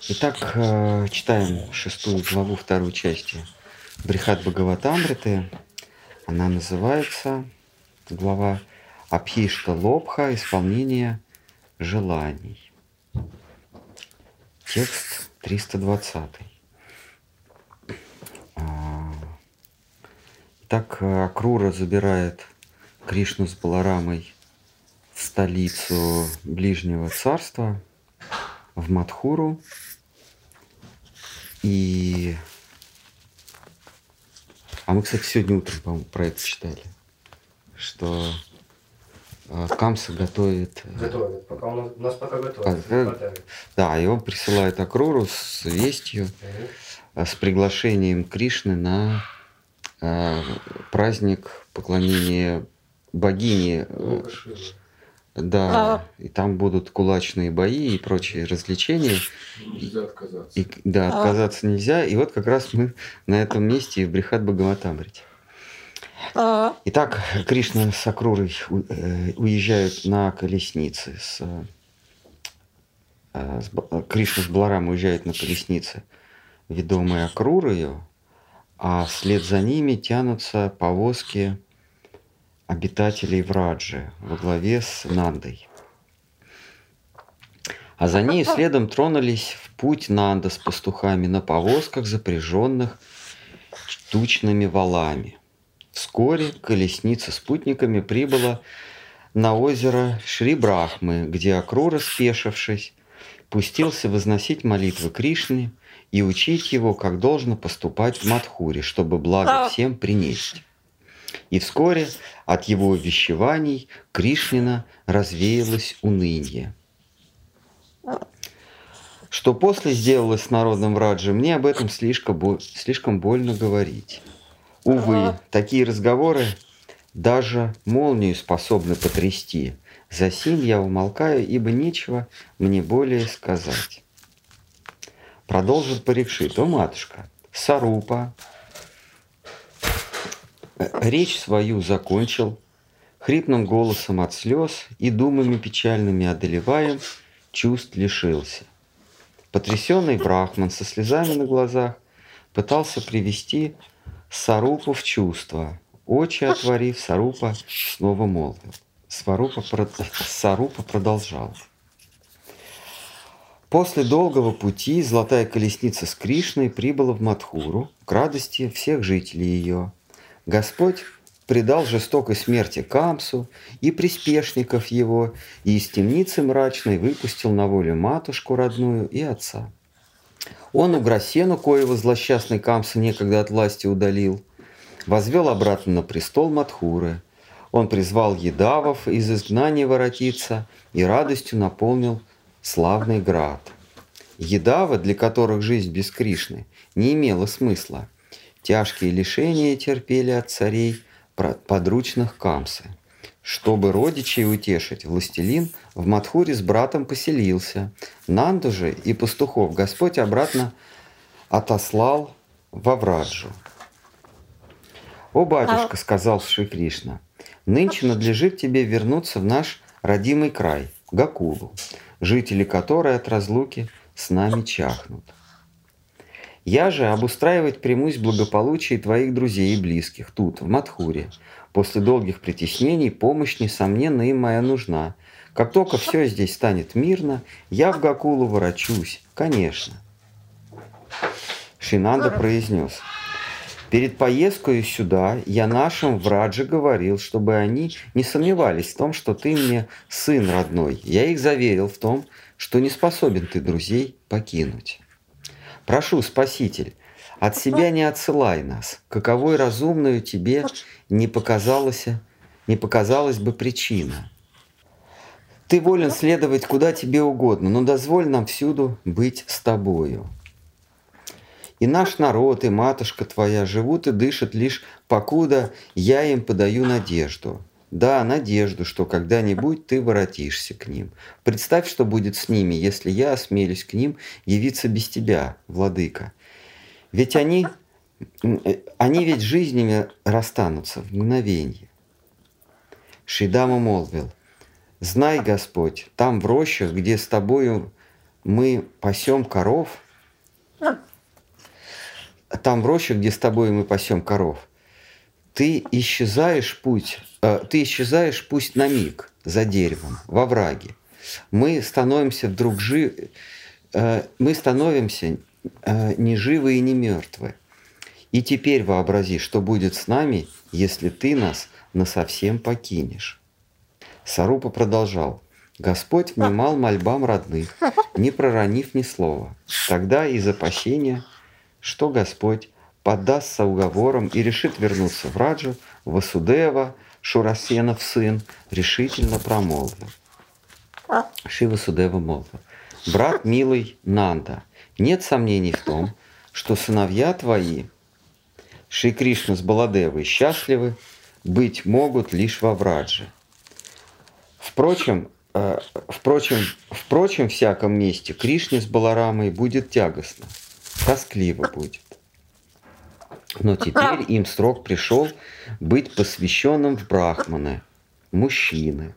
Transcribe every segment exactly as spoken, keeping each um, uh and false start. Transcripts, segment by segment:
Итак, читаем шестую главу второй части Брихат Бхагаватамриты. Она называется, глава Абхишта Лобха, исполнение желаний. Текст триста двадцатый. Итак, Акрура забирает Кришну с Баларамой в столицу Ближнего Царства, в Мадхуру. И... А мы, кстати, сегодня утром, по-моему, про это читали, что Камса готовит... Готовит, пока он, у нас пока готовит. Пока... Да, и он присылает Акруру с вестью, угу. с приглашением Кришны на э, праздник поклонения богини. Лукаши. Да, а... и там будут кулачные бои и прочие развлечения. Нельзя отказаться. И, да, отказаться а... нельзя. И вот как раз мы на этом месте в Брихат Бхагаватамрите. А... Итак, Кришна с Акрурой уезжают на колеснице. С, с, Кришна с Баларамой уезжает на колеснице, ведомые Акрурою, а вслед за ними тянутся повозки обитателей Враджи во главе с Нандой. А за ней следом тронулись в путь Нанда с пастухами на повозках, запряженных тучными валами. Вскоре колесница с путниками прибыла на озеро Шри-Брахмы, где Акрура, спешившись, пустился возносить молитвы Кришне и учить его, как должно поступать в Мадхуре, чтобы благо всем принести. И вскоре от его увещеваний Кришнина развеялось уныние. Что после сделалось с народом Враджи, мне об этом слишком, бо- слишком больно говорить. Увы, такие разговоры даже молнию способны потрясти. Засим я умолкаю, ибо нечего мне более сказать. Продолжит Парикшит: о, матушка, Сарупа речь свою закончил, хрипным голосом от слез и думами печальными одолеваем, чувств лишился. Потрясенный Брахман со слезами на глазах пытался привести Сарупу в чувство. Очи отворив, Сарупа снова молвил. Сварупа, Сарупа продолжал. После долгого пути золотая колесница с Кришной прибыла в Мадхуру к радости всех жителей ее. Господь предал жестокой смерти Камсу и приспешников его, и из темницы мрачной выпустил на волю матушку родную и отца. Он Уграсену, коего злосчастный Камса некогда от власти удалил, возвел обратно на престол Мадхуры. Он призвал Ядавов из изгнания воротиться и радостью наполнил славный град. Ядавы, для которых жизнь без Кришны не имела смысла, тяжкие лишения терпели от царей подручных Камсы. Чтобы родичей утешить, властелин в Мадхуре с братом поселился. Нанду же и пастухов Господь обратно отослал во Враджу. «О, батюшка, — сказал Шри Кришна, — нынче надлежит тебе вернуться в наш родимый край, Гокулу, жители которой от разлуки с нами чахнут. Я же обустраивать примусь благополучие твоих друзей и близких тут, в Мадхуре. После долгих притеснений помощь, несомненно, им моя нужна. Как только все здесь станет мирно, я в Гокулу ворочусь, конечно». Шинанда произнес: «Перед поездкой сюда я нашим Врадже говорил, чтобы они не сомневались в том, что ты мне сын родной. Я их заверил в том, что не способен ты друзей покинуть. Прошу, Спаситель, от себя не отсылай нас, каковой разумную тебе не показалась, не показалась бы причина. Ты волен следовать куда тебе угодно, но дозволь нам всюду быть с тобою. И наш народ, и матушка твоя живут и дышат лишь покуда я им подаю надежду. Да, надежду, что когда-нибудь ты воротишься к ним. Представь, что будет с ними, если я осмелюсь к ним явиться без тебя, владыка. Ведь они, они ведь жизнями расстанутся в мгновенье». Шридама молвил: «Знай, Господь, там в рощах, где с тобою мы пасем коров, там в роще, где с тобой мы пасем коров, ты исчезаешь путь, э, ты исчезаешь пусть на миг за деревом, во враге. Мы становимся вдруг жи, э, мы становимся э, не живы и не мертвы. И теперь вообрази, что будет с нами, если ты нас насовсем покинешь. Сарупа продолжал. Господь внимал мольбам родных, не проронив ни слова. Тогда из опасения, что Господь поддастся уговорам и решит вернуться в Раджу, Васудева, Шурасенов сын, решительно промолвил. Шри Васудева молвил. Брат милый Нанда, нет сомнений в том, что сыновья твои, Шри Кришна с Баладевой, счастливы быть могут лишь во Врадже. Впрочем, э, впрочем, впрочем, в всяком месте Кришне с Баларамой будет тягостно, тоскливо будет. Но теперь им срок пришел быть посвященным в брахманы, мужчины.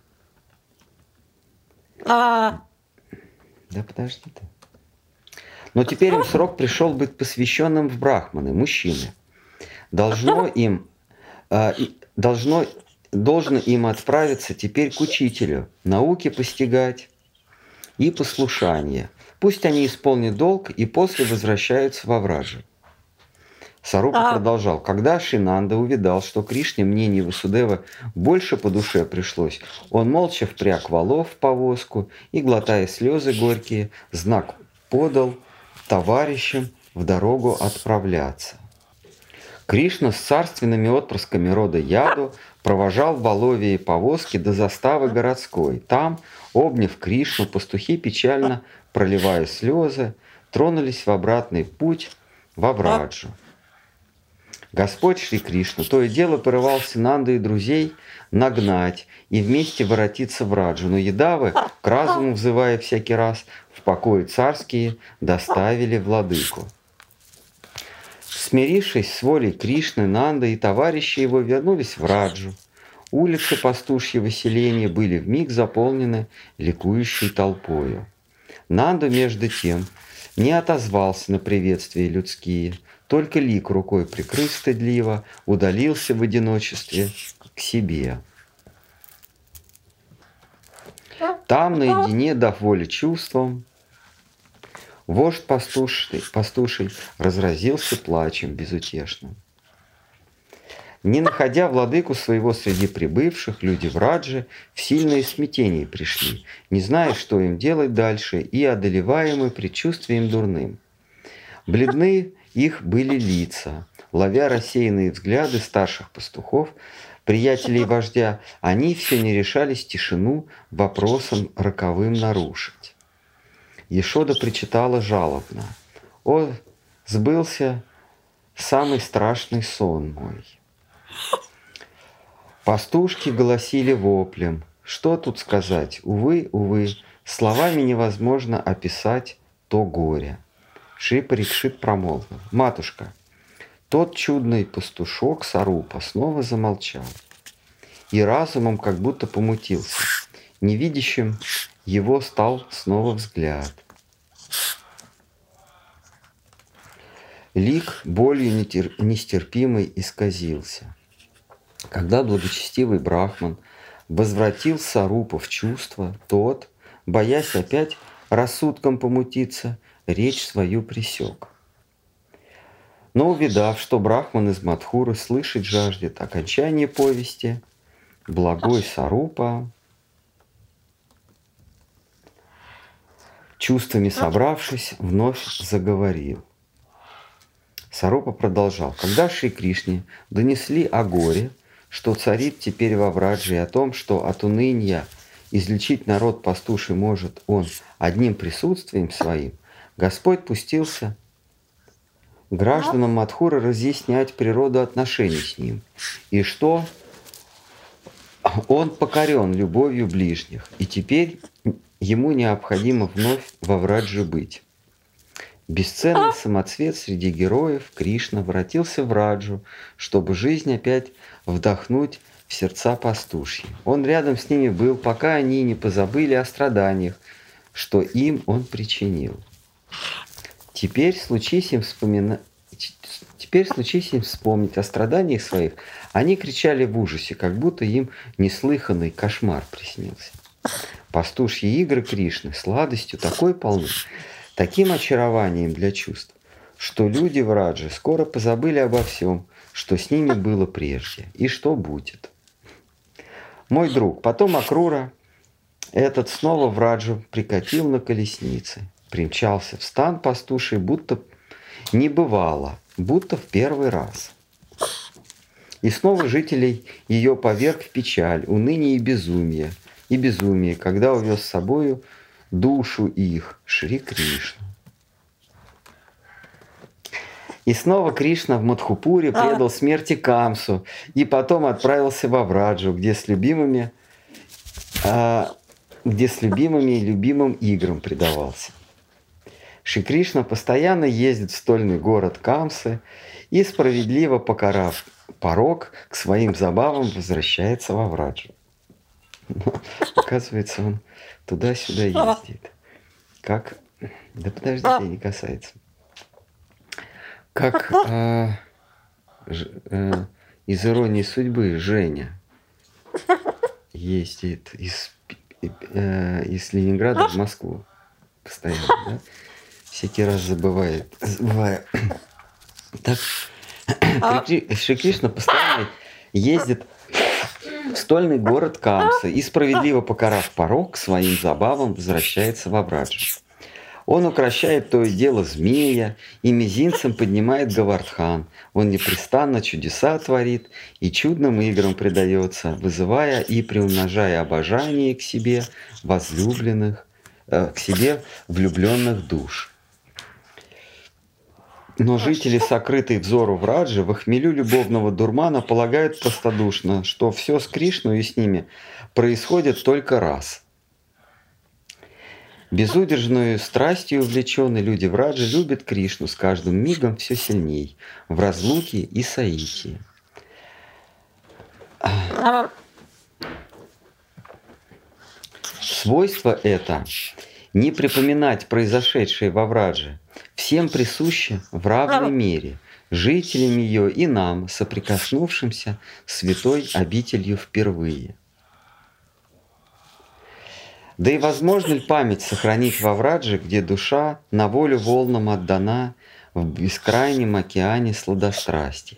Да подожди ты. Но теперь им срок пришел быть посвященным в брахманы, мужчины. Должно им, э, должно, должно им отправиться теперь к учителю, науки постигать и послушание. Пусть они исполнят долг и после возвращаются во Враджу. Сарупа а. продолжал. Когда Шинанда увидал, что Кришне мнение Васудева больше по душе пришлось, он молча впряг волов в повозку и, глотая слезы горькие, знак подал товарищам в дорогу отправляться. Кришна с царственными отпрысками рода Яду провожал воловьи повозки до заставы городской. Там, обняв Кришну, пастухи, печально проливая слезы, тронулись в обратный путь во Враджу. Господь Шри Кришна то и дело порывался Нанду и друзей нагнать и вместе воротиться в Раджу, но Ядавы, к разуму взывая всякий раз, в покои царские доставили владыку. Смирившись с волей Кришны, Нанда и товарищи его вернулись в Раджу. Улицы пастушьего селения были вмиг заполнены ликующей толпою. Нанда, между тем, не отозвался на приветствия людские, только лик рукой прикрыв стыдливо, удалился в одиночестве к себе. Там, наедине, дав волю чувствам, вождь пастуший, пастуший разразился плачем безутешным. Не находя владыку своего среди прибывших, люди в Радже в сильное смятение пришли, не зная, что им делать дальше, и одолеваемы предчувствием дурным. Бледны их были лица, ловя рассеянные взгляды старших пастухов, приятелей вождя, они все не решались тишину вопросом роковым нарушить. Ешода причитала жалобно: «О, сбылся самый страшный сон мой». Пастушки голосили воплем. Что тут сказать? Увы, увы, словами невозможно описать то горе. Шри Парикшит промолвил: «Матушка, тот чудный пастушок Сарупа снова замолчал и разумом как будто помутился. Невидящим его стал снова взгляд. Лик болью нестерпимой исказился. Когда благочестивый брахман возвратил Сарупа в чувство, тот, боясь опять рассудком помутиться, речь свою пресек. Но увидав, что брахман из Мадхуры слышать жаждет окончание повести, благой Сарупа, чувствами собравшись, вновь заговорил. Сарупа продолжал. Когда Шри Кришне донесли о горе, что царит теперь во Врадже, и о том, что от уныния излечить народ пастуший может он одним присутствием своим, Господь пустился гражданам Мадхуры разъяснять природу отношений с ним, и что он покорен любовью ближних, и теперь ему необходимо вновь во Врадже быть. Бесценный самоцвет среди героев Кришна воротился в Раджу, чтобы жизнь опять вдохнуть в сердца пастушьи. Он рядом с ними был, пока они не позабыли о страданиях, что им он причинил. Теперь случись им вспоминать, теперь случись им вспомнить о страданиях своих, они кричали в ужасе, как будто им неслыханный кошмар приснился. Пастушьи игры Кришны сладостью такой полны, таким очарованием для чувств, что люди в Радже скоро позабыли обо всем, что с ними было прежде и что будет. Мой друг, потом Акрура, этот снова в Раджу прикатил на колеснице, примчался в стан пастуший, будто не бывало, будто в первый раз. И снова жителей ее поверг в печаль, уныние и безумие, и безумие, когда увез с собою душу их, Шри Кришну. И снова Кришна в Мадхупуре предал смерти Камсу и потом отправился во Враджу, где с любимыми, а, где с любимыми и любимым играм предавался. Шри Кришна постоянно ездит в стольный город Камсы и, справедливо покарав порок, к своим забавам возвращается во Враджу. Но, оказывается, он туда-сюда ездит. Как... Да подождите, не касается. Как э, ж, э, из «Иронии судьбы» Женя ездит из, э, из Ленинграда в Москву постоянно, да? Всякий раз забывает. забывая. Так, Шри Кришна постоянно ездит в стольный город Камса и, справедливо покарав порок, к своим забавам возвращается во Враджу. Он укращает то и дело змея, и мизинцем поднимает Говардхан. Он непрестанно чудеса творит и чудным играм предается, вызывая и приумножая обожание к себе возлюбленных, э, к себе влюбленных душ. Но жители, сокрытые взору Враджи, в хмелю любовного дурмана полагают простодушно, что все с Кришной и с ними происходит только раз. Безудержную страстью увлеченные люди Враджи любят Кришну с каждым мигом все сильней, в разлуке и соитии. Свойство это – не припоминать произошедшее во Врадже, всем присуще в равной мере, жителям ее и нам, соприкоснувшимся с святой обителью впервые. Да и возможно ли память сохранить во Врадже, где душа на волю волнам отдана в бескрайнем океане сладострастия?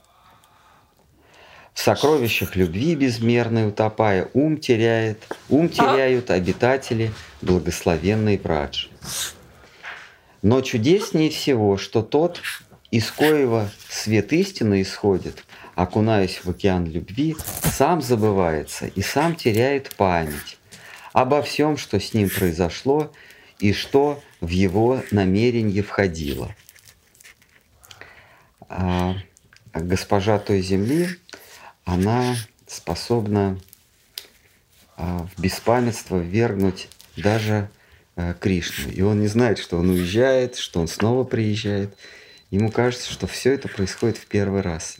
В сокровищах любви безмерной утопая, ум теряет, ум теряют обитатели благословенной Враджи. Но чудеснее всего, что тот, из коего свет истины исходит, окунаясь в океан любви, сам забывается и сам теряет память обо всем, что с ним произошло и что в его намерение входило. А госпожа той земли, она способна а, в беспамятство ввергнуть даже а, Кришну. И он не знает, что он уезжает, что он снова приезжает. Ему кажется, что все это происходит в первый раз.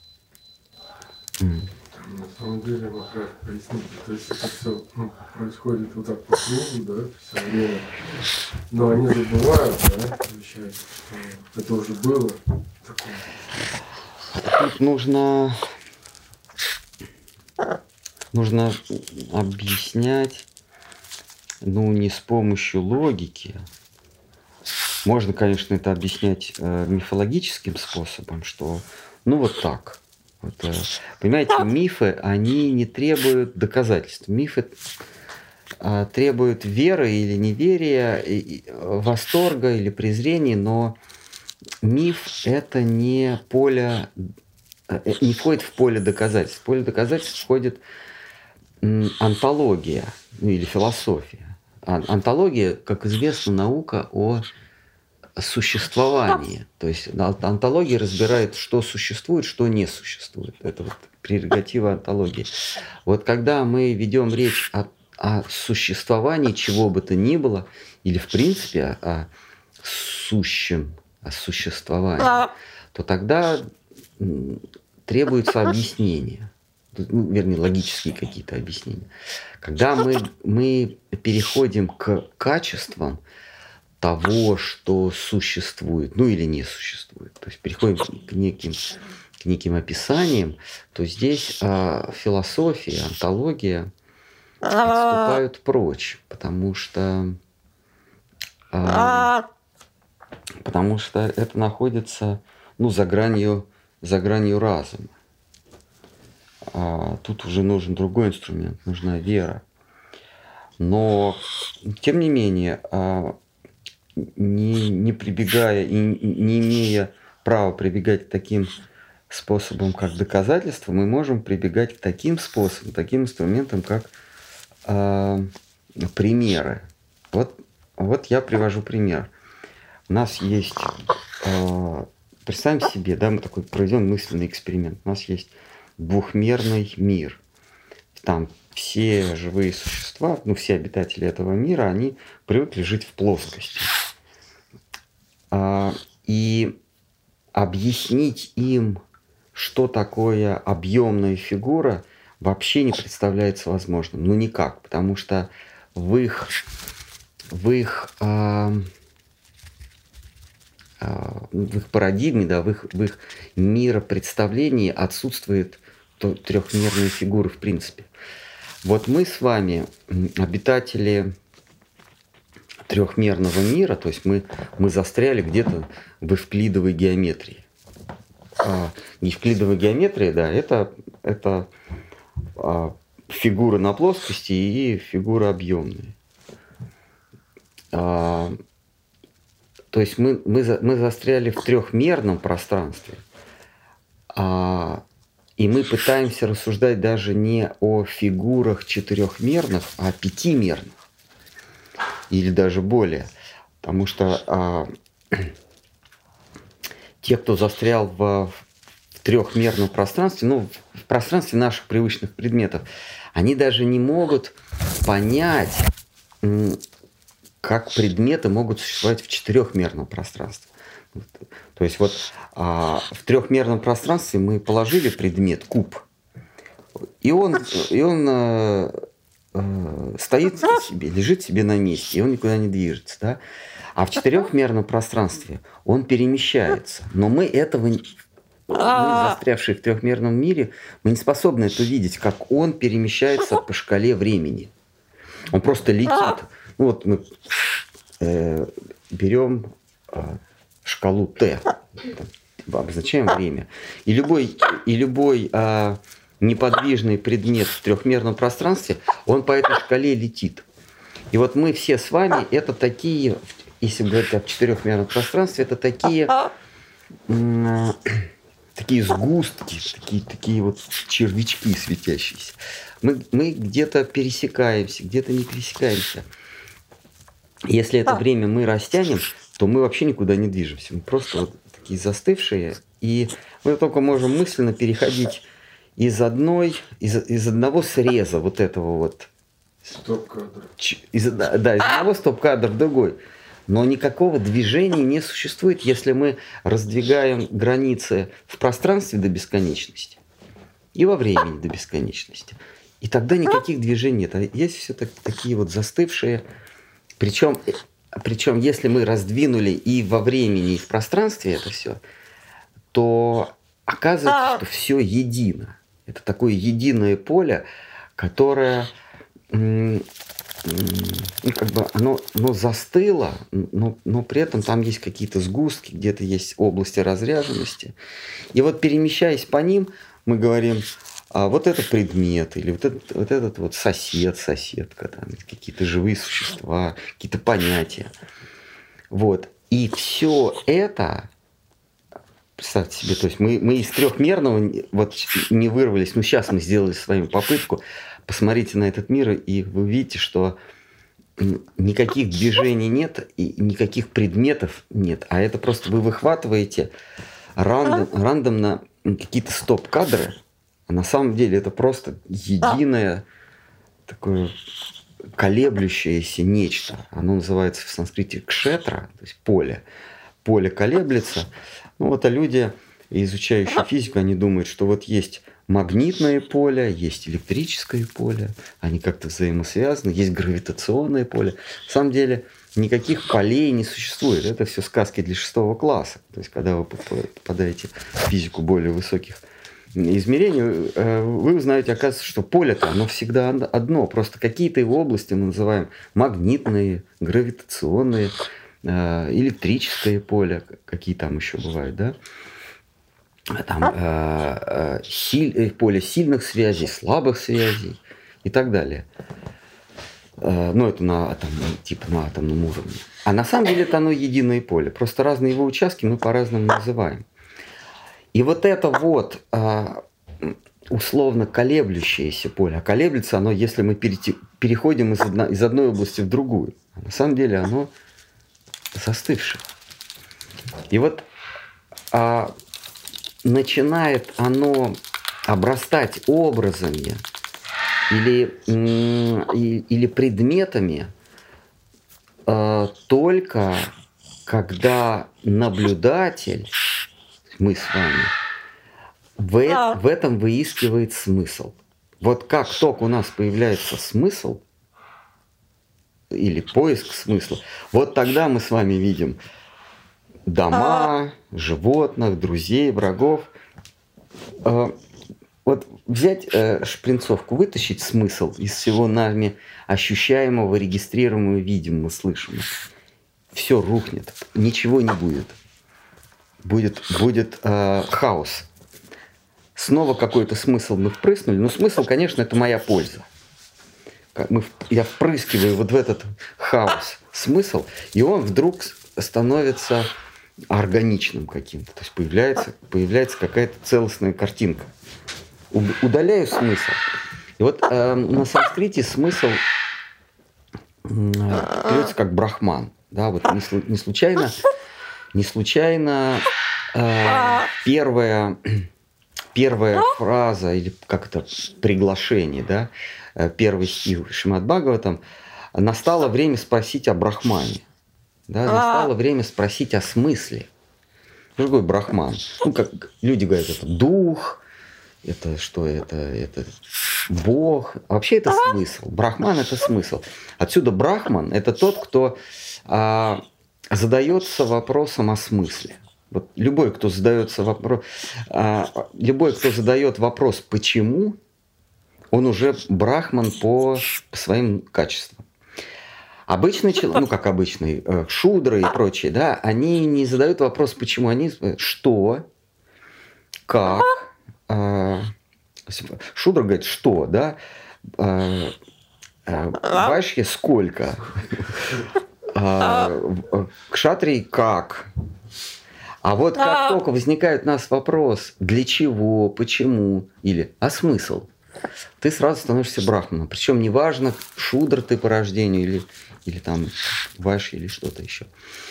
Mm. На самом деле, вопрос поясните, то есть это все ну, происходит вот так по кругу, да, все время. Но они забывают, да, получается, что это уже было такое. Тут нужно, нужно объяснять, ну, не с помощью логики. Можно, конечно, это объяснять э, мифологическим способом, что, ну, вот так. Вот, понимаете, мифы, они не требуют доказательств. Мифы а, требуют веры или неверия, и, и, восторга или презрения, но миф – это не поле, не входит в поле доказательств. В поле доказательств входит м, онтология, ну, или философия. А, онтология, как известно, наука о существование. То есть онтология разбирает, что существует, что не существует. Это вот прерогатива онтологии. Вот когда мы ведем речь о, о существовании чего бы то ни было, или в принципе о сущем, о существовании, то тогда требуется объяснение. ну, вернее, логические какие-то объяснения. Когда мы, мы переходим к качествам того, что существует, ну или не существует, то есть переходим к неким, к неким описаниям, то здесь а, философия, онтология отступают прочь, потому что, а, потому что это находится, ну, за гранью, за гранью разума. А, тут уже нужен другой инструмент, нужна вера. Но, тем не менее, а, не, не прибегая и не имея права прибегать к таким способам, как доказательства, мы можем прибегать к таким способам, таким инструментам, как э, примеры. Вот, вот я привожу пример. У нас есть, э, представим себе, да, мы такой проведем мысленный эксперимент. У нас есть двухмерный мир. Там все живые существа, ну все обитатели этого мира, они привыкли жить в плоскости. И объяснить им, что такое объемная фигура, вообще не представляется возможным. Ну никак, потому что в их, в их, э, э, в их парадигме, да, в их, в их миропредставлении отсутствует трехмерные фигуры в принципе. Вот мы с вами, обитатели трехмерного мира, то есть мы, мы застряли где-то в эвклидовой геометрии. А, евклидовая геометрия, да, это, это а, фигуры на плоскости и фигуры объемные. А, то есть мы, мы, за, мы застряли в трехмерном пространстве, а, и мы пытаемся рассуждать даже не о фигурах четырехмерных, а пятимерных. Или даже более. Потому что а, те, кто застрял в, в трехмерном пространстве, ну, в пространстве наших привычных предметов, они даже не могут понять, как предметы могут существовать в четырехмерном пространстве. То есть вот а, в трехмерном пространстве мы положили предмет, куб, и он, и он а, а, стоит себе, лежит себе на месте, и он никуда не движется. Да? А в четырехмерном пространстве он перемещается. Но мы этого, мы, застрявшие в трехмерном мире, мы не способны это видеть, как он перемещается по шкале времени. Он просто летит. Ну, вот мы э, берем э, шкалу Т, обозначаем время, и любой, и любой э, неподвижный предмет в трехмерном пространстве, он по этой шкале летит. И вот мы все с вами, это такие, если говорить о четырехмерном пространстве, это такие, э, такие сгустки, такие, такие вот червячки светящиеся. Мы, мы где-то пересекаемся, где-то не пересекаемся. Если это время мы растянем, то мы вообще никуда не движемся. Мы просто вот такие застывшие. И мы только можем мысленно переходить из одной, из, из одного среза вот этого вот. Стоп-кадр. Из, да, из одного стоп-кадра в другой. Но никакого движения не существует, если мы раздвигаем границы в пространстве до бесконечности и во времени до бесконечности. И тогда никаких движений нет. А есть все так, такие вот застывшие. Причем, причем, если мы раздвинули и во времени, и в пространстве это все, то оказывается, что все едино. Это такое единое поле, которое ну, как бы оно, оно застыло, но, но при этом там есть какие-то сгустки, где-то есть области разряженности. И вот перемещаясь по ним, мы говорим, а вот это предмет, или вот этот вот, этот вот сосед, соседка, там, какие-то живые существа, какие-то понятия. Вот. И все это, представьте себе, то есть мы, мы из трехмерного вот не вырвались, ну сейчас мы сделали с вами попытку, посмотрите на этот мир, и вы видите, что никаких движений нет, и никаких предметов нет, а это просто вы выхватываете рандом, рандомно какие-то стоп-кадры. А на самом деле это просто единое такое колеблющееся нечто. Оно называется в санскрите кшетра, то есть поле. Поле колеблется. Ну вот, а люди, изучающие физику, они думают, что вот есть магнитное поле, есть электрическое поле, они как-то взаимосвязаны, есть гравитационное поле. На самом деле никаких полей не существует. Это все сказки для шестого класса. То есть, когда вы попадаете в физику более высоких измерений, вы узнаете, оказывается, что поле-то, оно всегда одно. Просто какие-то его области мы называем магнитные, гравитационные, электрическое поле, какие там еще бывают, да? Там э, э, силь, поле сильных связей, слабых связей и так далее. Э, ну, это на, там, типа на атомном уровне. А на самом деле это оно единое поле. Просто разные его участки мы по-разному называем. И вот это вот э, условно колеблющееся поле, а колеблется оно, если мы перейти, переходим из, одно, из одной области в другую. А на самом деле оно застывшее. И вот а, начинает оно обрастать образами или, или предметами а, только когда наблюдатель, мы с вами, в, в этом выискивает смысл. Вот как только у нас появляется смысл или поиск смысла, вот тогда мы с вами видим дома, животных, друзей, врагов. Вот взять шпринцовку, вытащить смысл из всего нами ощущаемого, регистрируемого, видимого, слышимого. Все рухнет, ничего не будет. Будет, будет э, хаос. Снова какой-то смысл мы впрыснули. Но смысл, конечно, это моя польза. Мы, я впрыскиваю вот в этот хаос смысл, и он вдруг становится органичным каким-то. То есть появляется, появляется какая-то целостная картинка. Удаляю смысл. И вот э, на санскрите смысл э, переводится как брахман. Да, вот не, не случайно, не случайно э, первая, первая фраза, или как это, приглашение, да, первый стих Шримад Бхагаватам: настало время спросить о брахмане. Да, настало время спросить о смысле. Что такое брахман? Ну, как люди говорят, это дух, это что, это, это Бог. А вообще это смысл. Брахман – это смысл. Отсюда брахман – это тот, кто а, задается вопросом о смысле. Вот любой, кто задается вопрос, а, любой, кто задает вопрос «почему?», он уже брахман по, по своим качествам. Обычный человек, ну как обычный, шудры и прочие, да, они не задают вопрос «почему?», они «что?», «как?». Шудра говорит «что?», да, Вайшья «сколько?», Кшатрий «как?». А вот как только возникает у нас вопрос «для чего?», «почему?» или «а смысл?», ты сразу становишься брахманом. Причем неважно, шудр ты по рождению или, или там вайшья или что-то еще.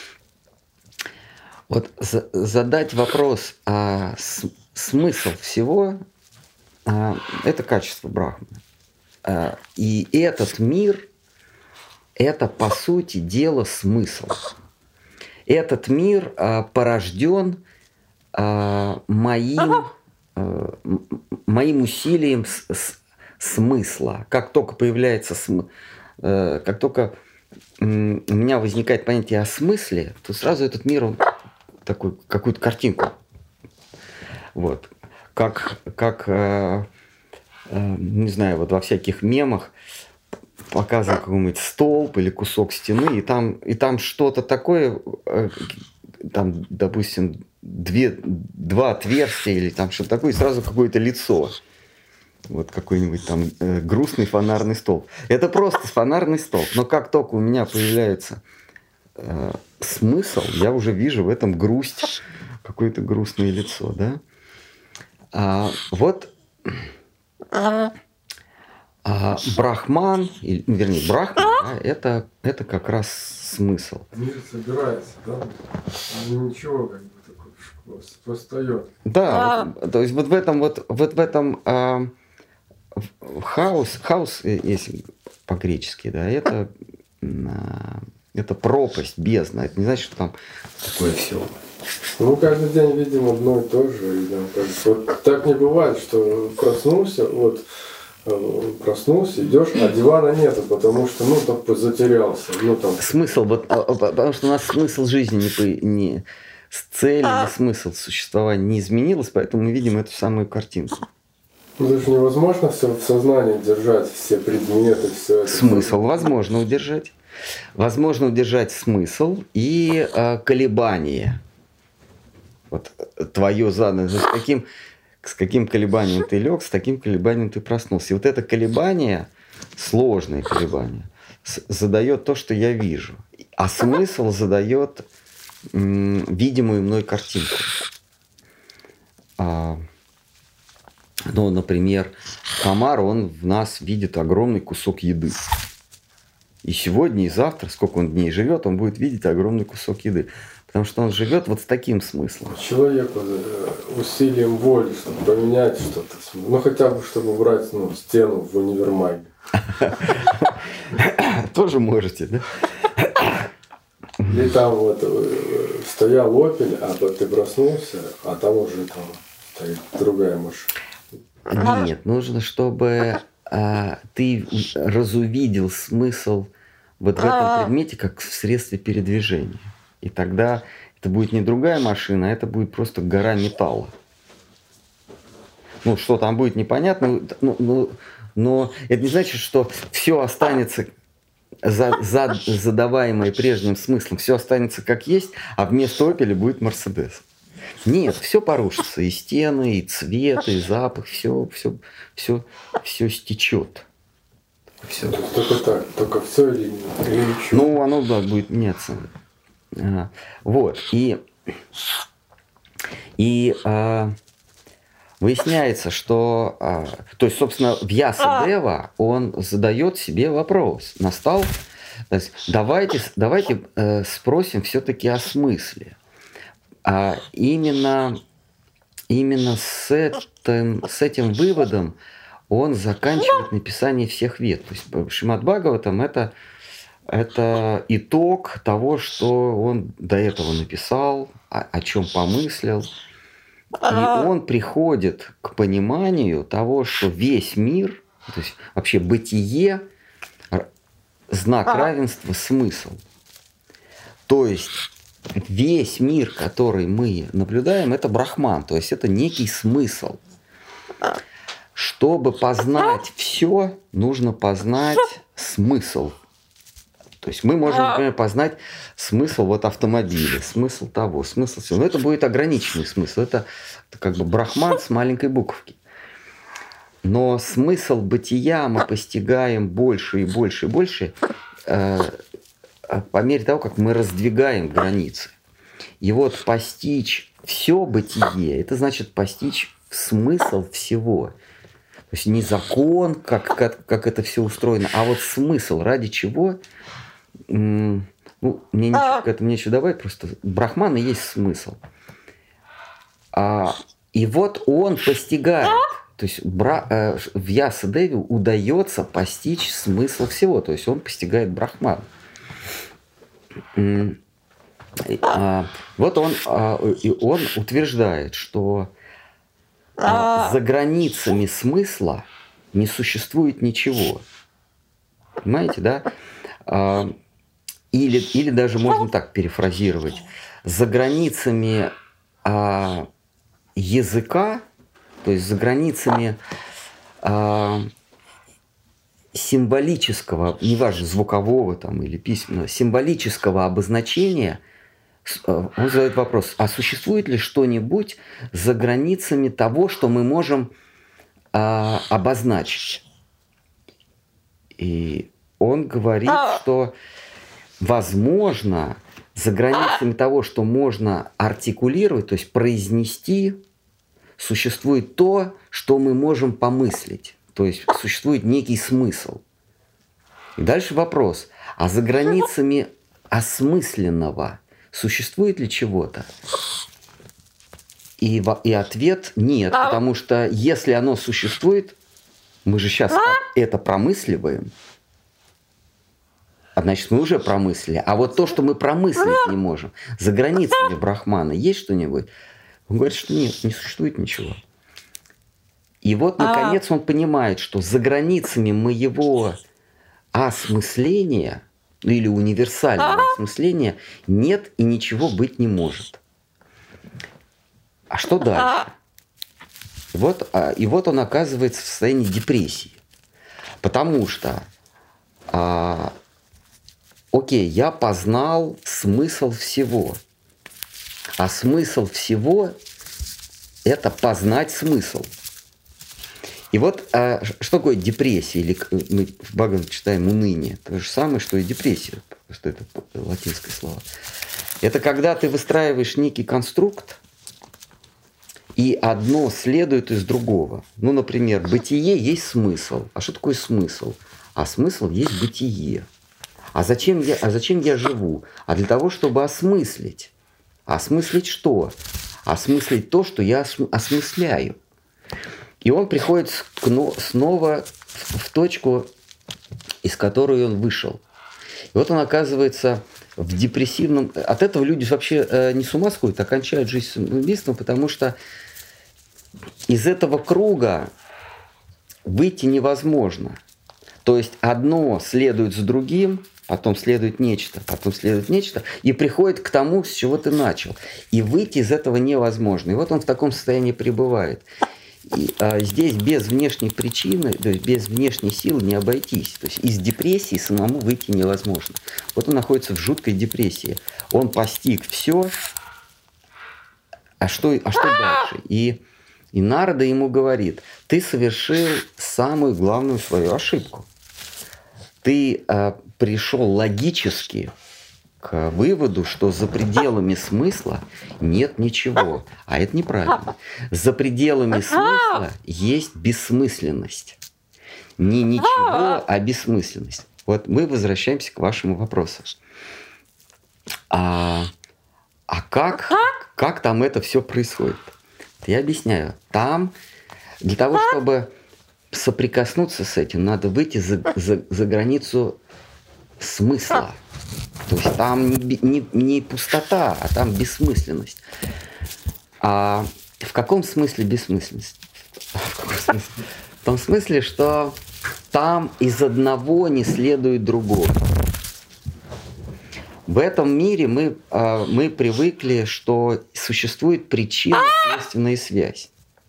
Вот за, задать вопрос, а с, смысл всего, а, это качество брахмана. А, и этот мир, это по сути дела смысл. Этот мир а, порожден а, моим... моим усилием с, с, смысла. Как только появляется см, э, как только э, у меня возникает понятие о смысле, то сразу этот мир, он такой, какую-то картинку. Вот. Как, как э, э, не знаю, вот во всяких мемах показывают какой-нибудь столб или кусок стены, и там, и там что-то такое, э, там, допустим, Две, два отверстия или там что-то такое, и сразу какое-то лицо. Вот какой-нибудь там э, грустный фонарный столб. Это просто фонарный столб. Но как только у меня появляется э, смысл, я уже вижу в этом грусть, какое-то грустное лицо. Да? А, вот а, брахман, или, вернее, брахман, да, это, это как раз смысл. Мир собирается, да? Ничего как бы. Восстает. Да, вот, то есть вот в этом вот, вот в этом э, хаос, хаос, если по-гречески, да, это, э, это пропасть, бездна. Это не значит, что там такое все Ну, каждый день видим одно и то же. И нам кажется, вот так не бывает, что проснулся, вот проснулся, идешь, а дивана нету, потому что, ну, там затерялся. Ну, там... Смысл, вот, потому что у нас смысл жизни не, по, не цель или смысл существования не изменилось, поэтому мы видим эту самую картинку. Ну, это же невозможно все в сознании держать, все предметы, все это. Смысл возможно удержать. Возможно удержать смысл и э, колебания. Вот твое задание. С каким, с каким колебанием ты лег, с таким колебанием ты проснулся. И вот это колебание, сложное колебание, задает то, что я вижу. А смысл задает м, видимую мной картинку. А, ну, например, комар, он в нас видит огромный кусок еды. И сегодня, и завтра, сколько он дней живет, он будет видеть огромный кусок еды. Потому что он живет вот с таким смыслом. Человеку усилием воли, чтобы поменять что-то. Ну, хотя бы, чтобы убрать ну, стену в универмаге. Тоже можете, да? Или там вот стоял Opel, а ты проснулся, а там уже там стоит другая машина. Нет, нужно, чтобы а, ты разувидел смысл вот в этом предмете как в средстве передвижения. И тогда это будет не другая машина, а это будет просто гора металла. Ну, что там будет непонятно, ну, ну, но это не значит, что все останется за, за, задаваемое прежним смыслом, все останется как есть, а вместо Opel будет Mercedes. Нет, все порушится, и стены, и цвет, и запах, все, все, все, все стечет. Все. Только так, только все или, или ничего. Ну, оно да, будет меняться. А, вот, и, и а, выясняется, что, а, то есть, собственно, Вьясадева, он задает себе вопрос. Настал, то есть, давайте, давайте э, спросим все-таки о смысле. А именно, именно с, этим, с этим выводом он заканчивает написание всех вед. То есть Шримад Бхагаватам это, это итог того, что он до этого написал, о, о чем помыслил. И он приходит к пониманию того, что весь мир, то есть вообще бытие, знак равенства, смысл. То есть весь мир, который мы наблюдаем, это брахман, то есть это некий смысл. Чтобы познать все, нужно познать смысл. То есть мы можем, например, познать смысл вот автомобиля, смысл того, смысл всего. Но это будет ограниченный смысл. Это, это как бы брахман с маленькой буковки. Но смысл бытия мы постигаем больше и больше и больше э, по мере того, как мы раздвигаем границы. И вот постичь все бытие, это значит постичь смысл всего. То есть не закон, как, как, как это все устроено, а вот смысл, ради чего. Ну, мне нечего, к этому нечего добавить, просто брахман и есть смысл. А, и вот он постигает, то есть бра, э, Вьясадеве удается постичь смысл всего, то есть он постигает брахман. А, вот он, а, и он утверждает, что а, за границами смысла не существует ничего. Понимаете, да? А, или, или даже можно так перефразировать. За границами а, языка, то есть за границами а, символического, неважно, звукового там, или письменного, символического обозначения, он задает вопрос, а существует ли что-нибудь за границами того, что мы можем а, обозначить? И он говорит, что возможно, за границами того, что можно артикулировать, то есть произнести, существует то, что мы можем помыслить. То есть существует некий смысл. И дальше вопрос, а за границами осмысленного существует ли чего-то? И, и ответ нет, потому что если оно существует, мы же сейчас это промысливаем, А значит, мы уже промыслили. А вот то, что мы промыслить не можем, за границами Брахмана есть что-нибудь? Он говорит, что нет, не существует ничего. И вот, наконец, он понимает, что за границами моего осмысления, ну или универсального осмысления, нет и ничего быть не может. А что дальше? И вот, и вот он оказывается в состоянии депрессии. Потому что, а, окей, я познал смысл всего. А смысл всего – это познать смысл. И вот а, что такое депрессия? Или мы в Бхагаватам читаем уныние. То же самое, что и депрессия. Просто это латинское слово. Это когда ты выстраиваешь некий конструкт, и одно следует из другого. Ну, например, бытие есть смысл. А что такое смысл? А смысл есть бытие. А зачем я, а зачем я живу? А для того, чтобы осмыслить. Осмыслить что? Осмыслить то, что я осмысляю. И он приходит снова в точку, из которой он вышел. И вот он оказывается в депрессивном... От этого люди вообще не с ума сходят, а кончают жизнь самоубийством, потому что из этого круга выйти невозможно. То есть одно следует за другим, потом следует нечто, потом следует нечто, и приходит к тому, с чего ты начал. И выйти из этого невозможно. И вот он в таком состоянии пребывает. И а, здесь без внешней причины, то есть без внешней силы не обойтись. То есть из депрессии самому выйти невозможно. Вот он находится в жуткой депрессии. Он постиг все, а что, а что дальше? И, и Нарада ему говорит, ты совершил самую главную свою ошибку. Ты а, пришел логически к выводу, что за пределами смысла нет ничего. А это неправильно. За пределами смысла есть бессмысленность. Не ничего, а бессмысленность. Вот мы возвращаемся к вашему вопросу. А, а как, как там это все происходит? Я объясняю. Там для того, чтобы соприкоснуться с этим, надо выйти за, за, за границу смысла. То есть там не, не, не пустота, а там бессмысленность. А в каком смысле бессмысленность? В каком смысле? В том смысле, что там из одного не следует другого. В этом мире мы, мы привыкли, что существует причинно-следственная связь.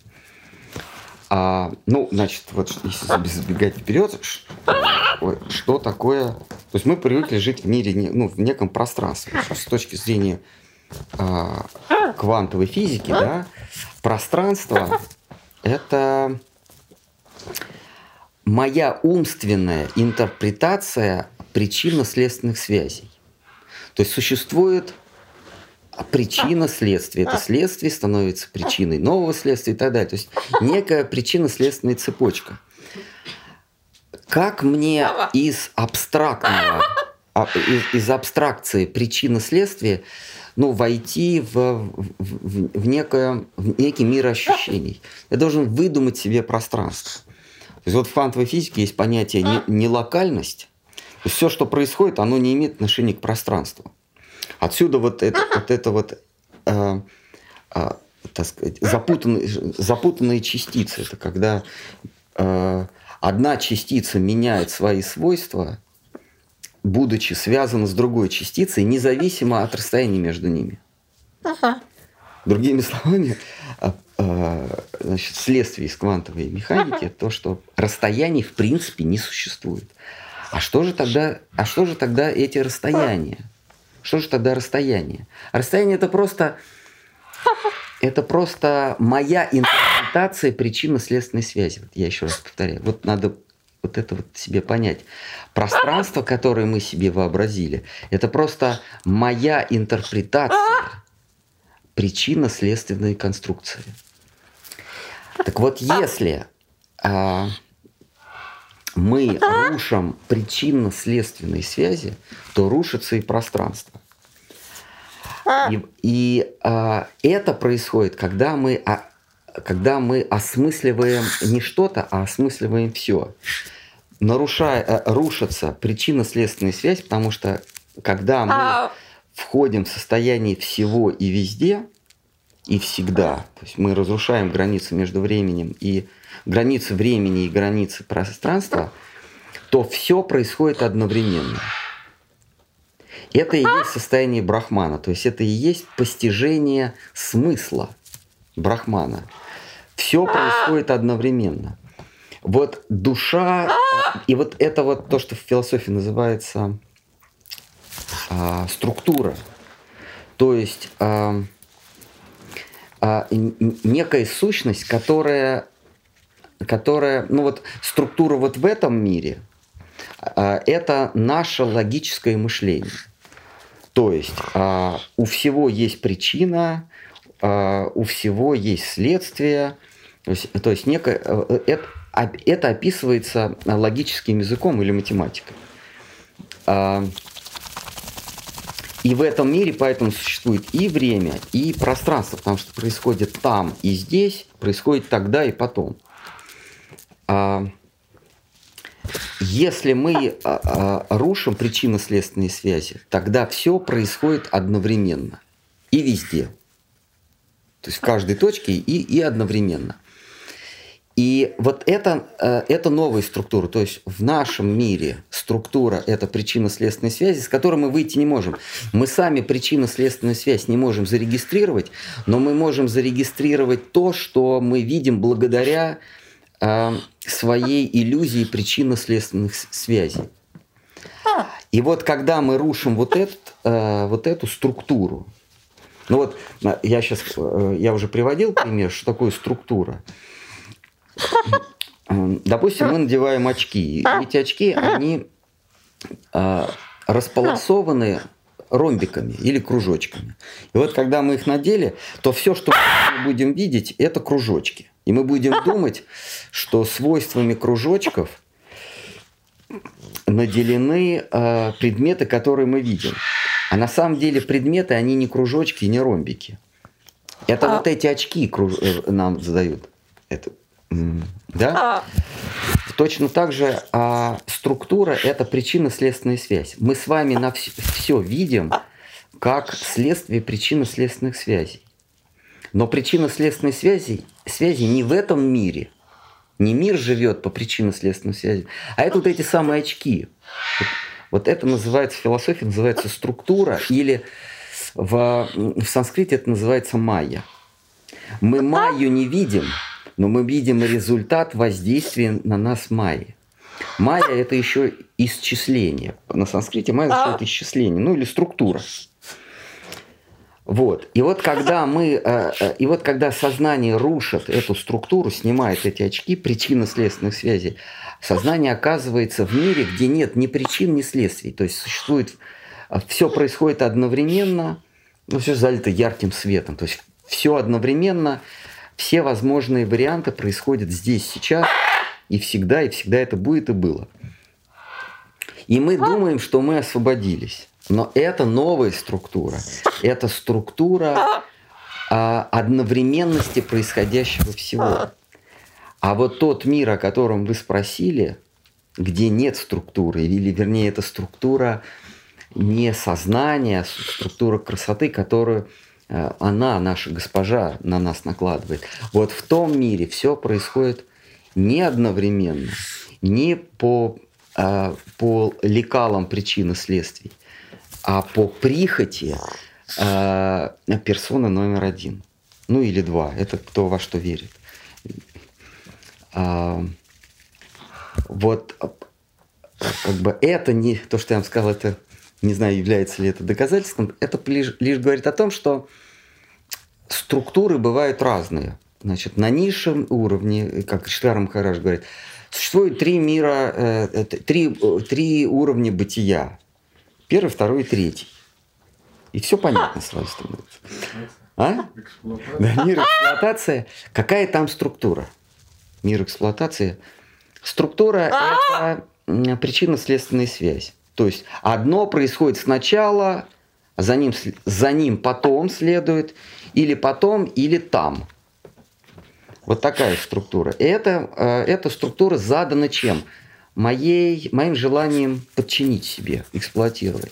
А, ну, значит, вот если забегать вперед, что такое... То есть мы привыкли жить в мире, ну, в неком пространстве. С точки зрения а, квантовой физики, да, пространство – это моя умственная интерпретация причинно-следственных связей. То есть существует причина следствия. Это следствие становится причиной нового следствия и так далее. То есть некая причинно-следственная цепочка. Как мне из абстрактного, из, из абстракции причинно-следствия, ну, войти в, в, в, некое, в некий мир ощущений? Я должен выдумать себе пространство. То есть вот в квантовой физике есть понятие не, нелокальность. То есть все, что происходит, оно не имеет отношения к пространству. Отсюда вот это вот, это вот э, э, так сказать, запутанные, запутанные частицы. Это когда э, одна частица меняет свои свойства, будучи связана с другой частицей, независимо от расстояния между ними. Ага. Другими словами, э, э, значит, следствие из квантовой механики то, что расстояний в принципе не существует. А что же тогда, а что же тогда эти расстояния? Что же тогда расстояние? Расстояние это просто, это просто моя интерпретация причинно-следственной связи. Вот я еще раз повторяю. Вот надо вот это вот себе понять. Пространство, которое мы себе вообразили, это просто моя интерпретация причинно-следственной конструкции. Так вот, если а, мы рушим причинно-следственные связи, то рушится и пространство. И, и а, это происходит, когда мы, а, когда мы осмысливаем не что-то, а осмысливаем все. нарушая, рушится причинно-следственная связь, потому что когда мы входим в состояние всего и везде, и всегда, то есть мы разрушаем границы между временем и границы времени и границы пространства, то все происходит одновременно. Это и есть состояние брахмана, то есть это и есть постижение смысла брахмана. Все происходит одновременно. Вот душа, и вот это вот то, что в философии называется а, структура, то есть а, а, некая сущность, которая, которая, ну вот структура вот в этом мире, а, это наше логическое мышление. То есть а, у всего есть причина, а, у всего есть следствие, то есть, то есть некое, это, это описывается логическим языком или математикой. А, и в этом мире поэтому существует и время, и пространство, потому что происходит там и здесь, происходит тогда и потом. А, Если мы а, а, рушим причинно-следственные связи, тогда все происходит одновременно и везде. То есть в каждой точке и, и одновременно. И вот это, это новая структура. То есть в нашем мире структура – это причинно-следственные связи, с которой мы выйти не можем. Мы сами причинно-следственную связь не можем зарегистрировать, но мы можем зарегистрировать то, что мы видим благодаря своей иллюзии причинно-следственных связей. И вот когда мы рушим вот, этот, вот эту структуру, ну вот я сейчас, я уже приводил пример, что такое структура. Допустим, мы надеваем очки, и эти очки, они располосованы ромбиками или кружочками. И вот когда мы их надели, то все, что мы будем видеть, это кружочки. И мы будем думать, что свойствами кружочков наделены э, предметы, которые мы видим. А на самом деле предметы, они не кружочки, не ромбики. Это а... вот эти очки круж... нам задают. Это, да? А... Точно так же а, структура – это причинно-следственная связь. Мы с вами на вс... все видим как следствие причинно-следственных связей. Но причинно-следственные связи, связи не в этом мире. Не мир живет по причинно-следственным связям, а это вот эти самые очки. Вот, вот это называется, в философии называется структура, или в, в санскрите это называется майя. Мы майю не видим, но мы видим результат воздействия на нас майи. Майя – это еще исчисление. На санскрите майя означает исчисление, ну или структура. Вот. И вот когда мы, и вот когда сознание рушит эту структуру, снимает эти очки причинно-следственных связей, сознание оказывается в мире, где нет ни причин, ни следствий. То есть существует, все происходит одновременно, ну, все залито ярким светом. То есть все одновременно, все возможные варианты происходят здесь, сейчас, и всегда, и всегда это будет и было. И мы думаем, что мы освободились. Но это новая структура. Это структура а, одновременности происходящего всего. А вот тот мир, о котором вы спросили, где нет структуры, или вернее это структура не сознания, а структура красоты, которую а, она, наша госпожа, на нас накладывает. Вот в том мире все происходит не одновременно, не по, а, по лекалам причин и следствий, а по прихоти э, персоны номер один. Ну или два. Это кто во что верит. А, вот как бы это не... То, что я вам сказал, это не знаю, является ли это доказательством. Это лишь, лишь говорит о том, что структуры бывают разные. Значит, на низшем уровне, как Шридхар Махарадж говорит, существует три мира, э, три, три уровня бытия. Первый, второй и третий. И все понятно сразу становится. А? Да, мир эксплуатации. Какая там структура? Мир эксплуатации. Структура – это причинно-следственная связь. То есть одно происходит сначала, за ним, за ним потом следует, или потом, или там. Вот такая структура. И это, эта структура задана чем? моей, моим желанием подчинить себе, эксплуатировать.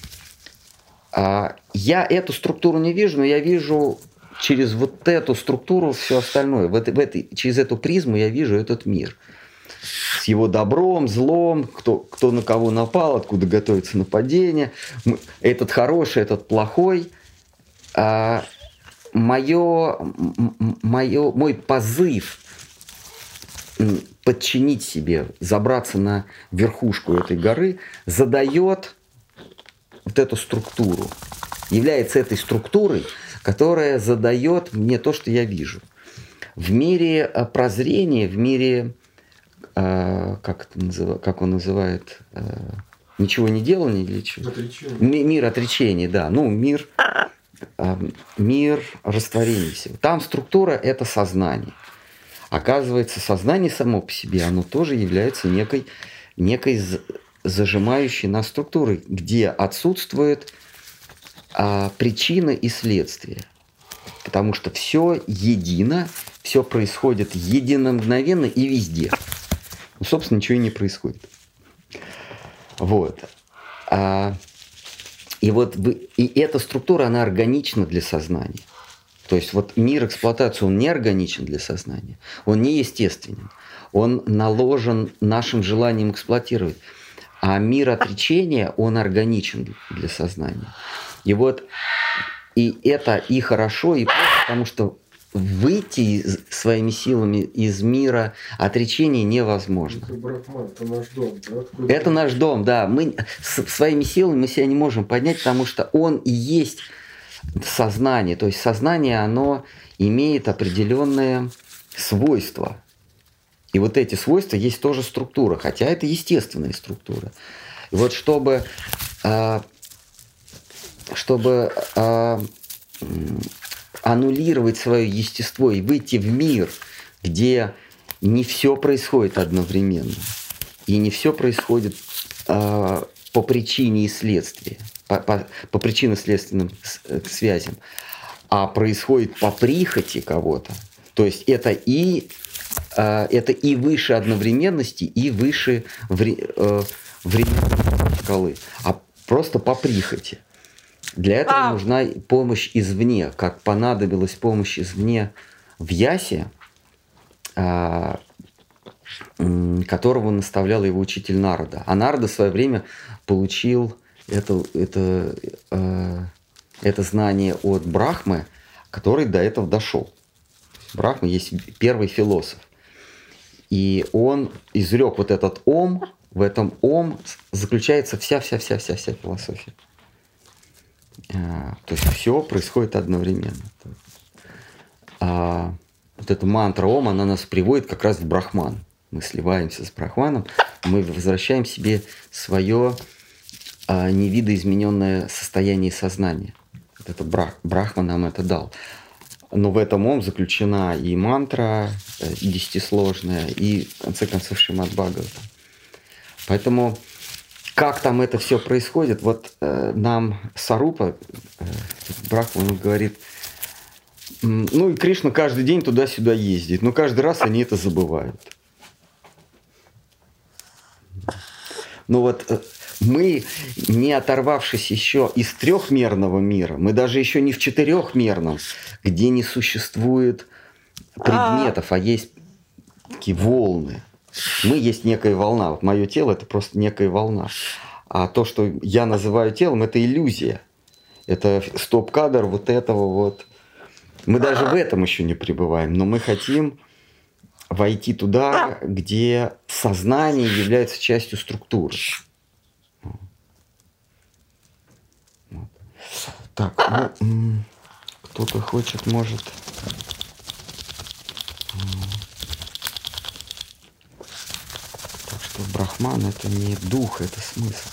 А, я эту структуру не вижу, но я вижу через вот эту структуру все остальное. В этой, в этой, через эту призму я вижу этот мир. С его добром, злом, кто, кто на кого напал, откуда готовится нападение. Этот хороший, этот плохой. А, моё, моё, мой позыв подчинить себе, забраться на верхушку этой горы, задает вот эту структуру. Является этой структурой, которая задает мне то, что я вижу. В мире прозрения, в мире, э, как, это назыв... как он называет, э, ничего не делания или чего? Отречение. Мир отречения, да. Ну, мир, э, мир растворения всего. Там структура – это сознание. Оказывается, сознание само по себе, оно тоже является некой, некой зажимающей нас структурой, где отсутствует а, причина и следствие. Потому что все едино, все происходит единомгновенно и везде. Ну, собственно, ничего и не происходит. Вот. А, и вот и эта структура, она органична для сознания. То есть вот мир эксплуатации, он не органичен для сознания, он не естественен, он наложен нашим желанием эксплуатировать. А мир отречения, он органичен для сознания. И вот и это и хорошо, и плохо, потому что выйти своими силами из мира отречения невозможно. Это, Брахман, это наш дом, да? Откуда это наш дом, да. Мы своими силами мы себя не можем поднять, потому что он и есть сознание. То есть сознание, оно имеет определенные свойства. И вот эти свойства есть тоже структура, хотя это естественная структура. И вот чтобы, чтобы аннулировать свое естество и выйти в мир, где не все происходит одновременно, и не все происходит по причине и следствию, по, по, по причинно-следственным связям, а происходит по прихоти кого-то. То есть это и, э, это и выше одновременности, и выше вре, э, временной шкалы, а просто по прихоти. Для этого а... нужна помощь извне, как понадобилась помощь извне в Ясе, э, которого наставлял его учитель Нарада. А Нарада в свое время получил это, это, э, это знание от Брахмы, который до этого дошел. Брахма есть первый философ. И он изрек вот этот ом, в этом ом заключается вся-вся-вся-вся-вся философия. То есть все происходит одновременно. А вот эта мантра ом, она нас приводит как раз в Брахман. Мы сливаемся с Брахманом, мы возвращаем себе свое а, невидоизмененное состояние сознания. Вот это брах, Брахма нам это дал. Но в этом ом заключена и мантра, и десятисложная, и, в конце концов, Шримад Бхагаватам. Поэтому, как там это все происходит, вот э, нам Сарупа, э, Брахма, он говорит, ну и Кришна каждый день туда-сюда ездит, но каждый раз они это забывают. Ну вот э, мы, не оторвавшись еще из трехмерного мира, мы даже еще не в четырехмерном, где не существует предметов, а есть такие волны. Мы есть некая волна. Вот мое тело – это просто некая волна. А то, что я называю телом, это иллюзия. Это стоп-кадр вот этого вот. Мы даже в этом еще не пребываем, но мы хотим войти туда, где сознание является частью структуры. Вот. Так, ну, кто-то хочет, может... Так что Брахман – это не дух, это смысл.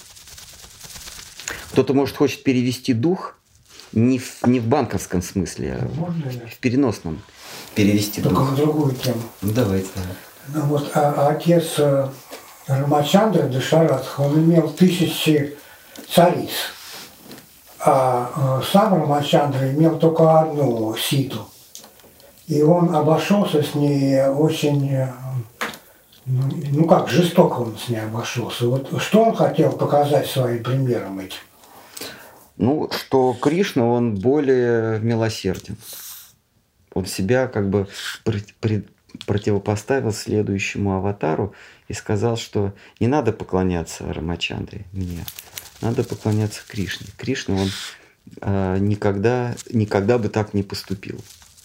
Кто-то, может, хочет перевести дух не в, не в банковском смысле, а в переносном. Перевести Только дух. на другую тему. Ну, давайте. Ну, вот, а, отец э, Рамачандра Дашаратха, он имел тысячи цариц, а э, сам Рамачандра имел только одну ситу. И он обошелся с ней очень, Ну, ну как, жестоко он с ней обошелся. Вот что он хотел показать своим примером этим? Ну, что Кришна, он более милосерден. Он себя как бы пред, пред, противопоставил следующему аватару и сказал, что не надо поклоняться Рамачандре мне, надо поклоняться Кришне. Кришна, он э, никогда, никогда бы так не поступил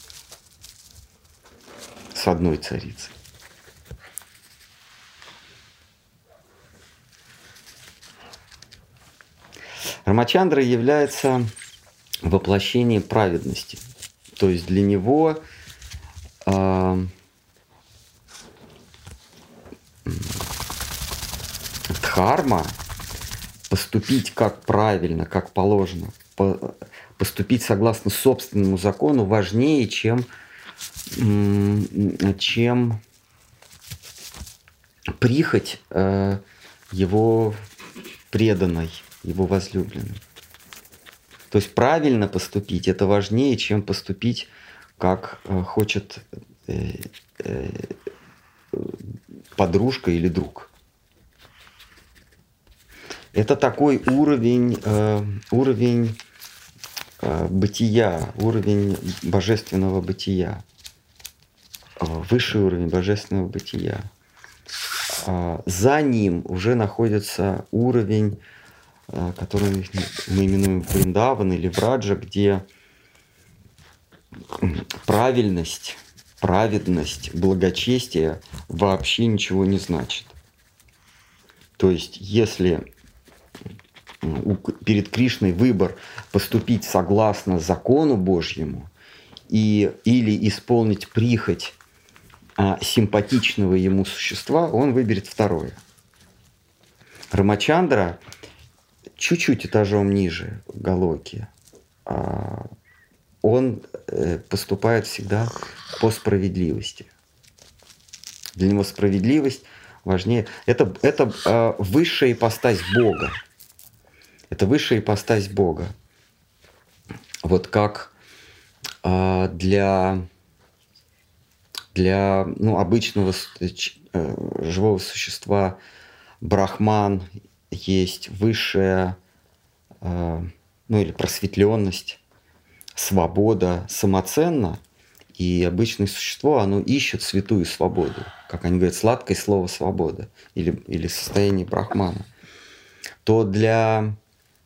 с одной царицей. Рамачандра является воплощением праведности. То есть для него э, дхарма, поступить как правильно, как положено, по, поступить согласно собственному закону важнее, чем, чем прихоть э, его преданной, его возлюбленной. То есть правильно поступить – это важнее, чем поступить, как э, хочет э, э, подружка или друг. Это такой уровень, э, уровень э, бытия, уровень божественного бытия, э, высший уровень божественного бытия. Э, за ним уже находится уровень, который мы именуем Вриндаван или Враджа, где правильность, праведность, благочестие вообще ничего не значит. То есть, если перед Кришной выбор поступить согласно закону Божьему и, или исполнить прихоть а, симпатичного ему существа, он выберет второе. Рамачандра чуть-чуть этажом ниже Галоки, он поступает всегда по справедливости. Для него справедливость важнее. Это, это высшая ипостась Бога. Это высшая ипостась Бога. Вот как для, для ну, обычного живого существа брахман есть высшая, э, ну или просветленность, свобода самоценна, и обычное существо, оно ищет святую свободу, как они говорят, сладкое слово свобода, или, или состояние брахмана. То для,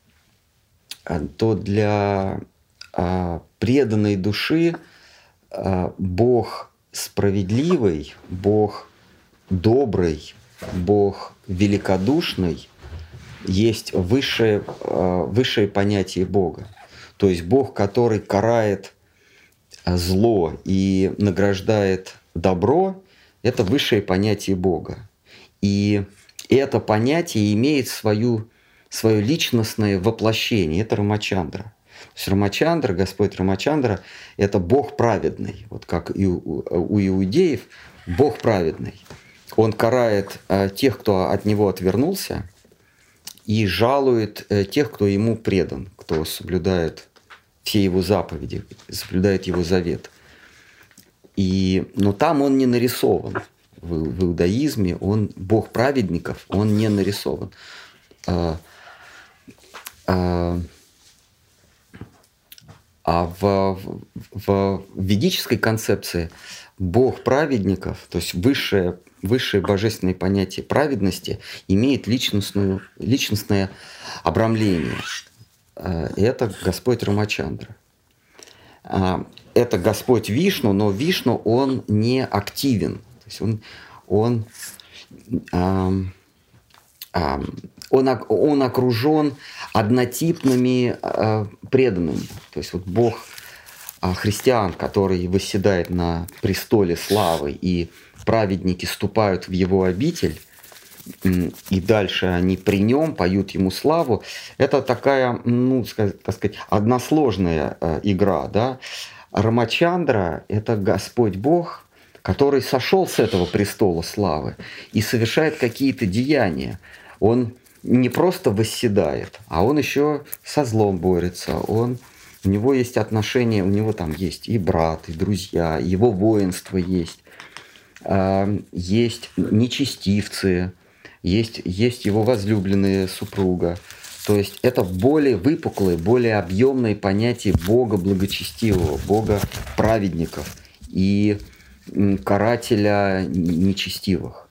то для э, преданной души э, Бог справедливый, Бог добрый, Бог великодушный, есть высшее, высшее понятие Бога. То есть Бог, который карает зло и награждает добро, это высшее понятие Бога. И это понятие имеет свою, свое личностное воплощение. Это Рамачандра. То есть Рамачандра, Господь Рамачандра, это Бог праведный. Вот как и у, у иудеев, Бог праведный. Он карает э, тех, кто от него отвернулся, и жалует э, тех, кто ему предан, кто соблюдает все его заповеди, соблюдает его завет. И, но там он не нарисован. В, в иудаизме он, Бог праведников, он не нарисован. А, а, а в, в, в ведической концепции Бог праведников, то есть высшее Высшее божественное понятие праведности имеет личностную, личностное обрамление. Это Господь Рамачандра. Это Господь Вишну, но Вишну, он не активен. То есть он, он, он, он окружен однотипными преданными. То есть вот Бог христиан, который восседает на престоле славы, и праведники ступают в его обитель, и дальше они при нем поют ему славу. Это такая, ну, так сказать, односложная игра, да. Рамачандра – это Господь Бог, который сошел с этого престола славы и совершает какие-то деяния. Он не просто восседает, а он еще со злом борется. Он, у него есть отношения, у него там есть и брат, и друзья, его воинство есть. есть нечестивцы, есть, есть его возлюбленная супруга. То есть это более выпуклые, более объемные понятия Бога благочестивого, Бога праведников и карателя нечестивых.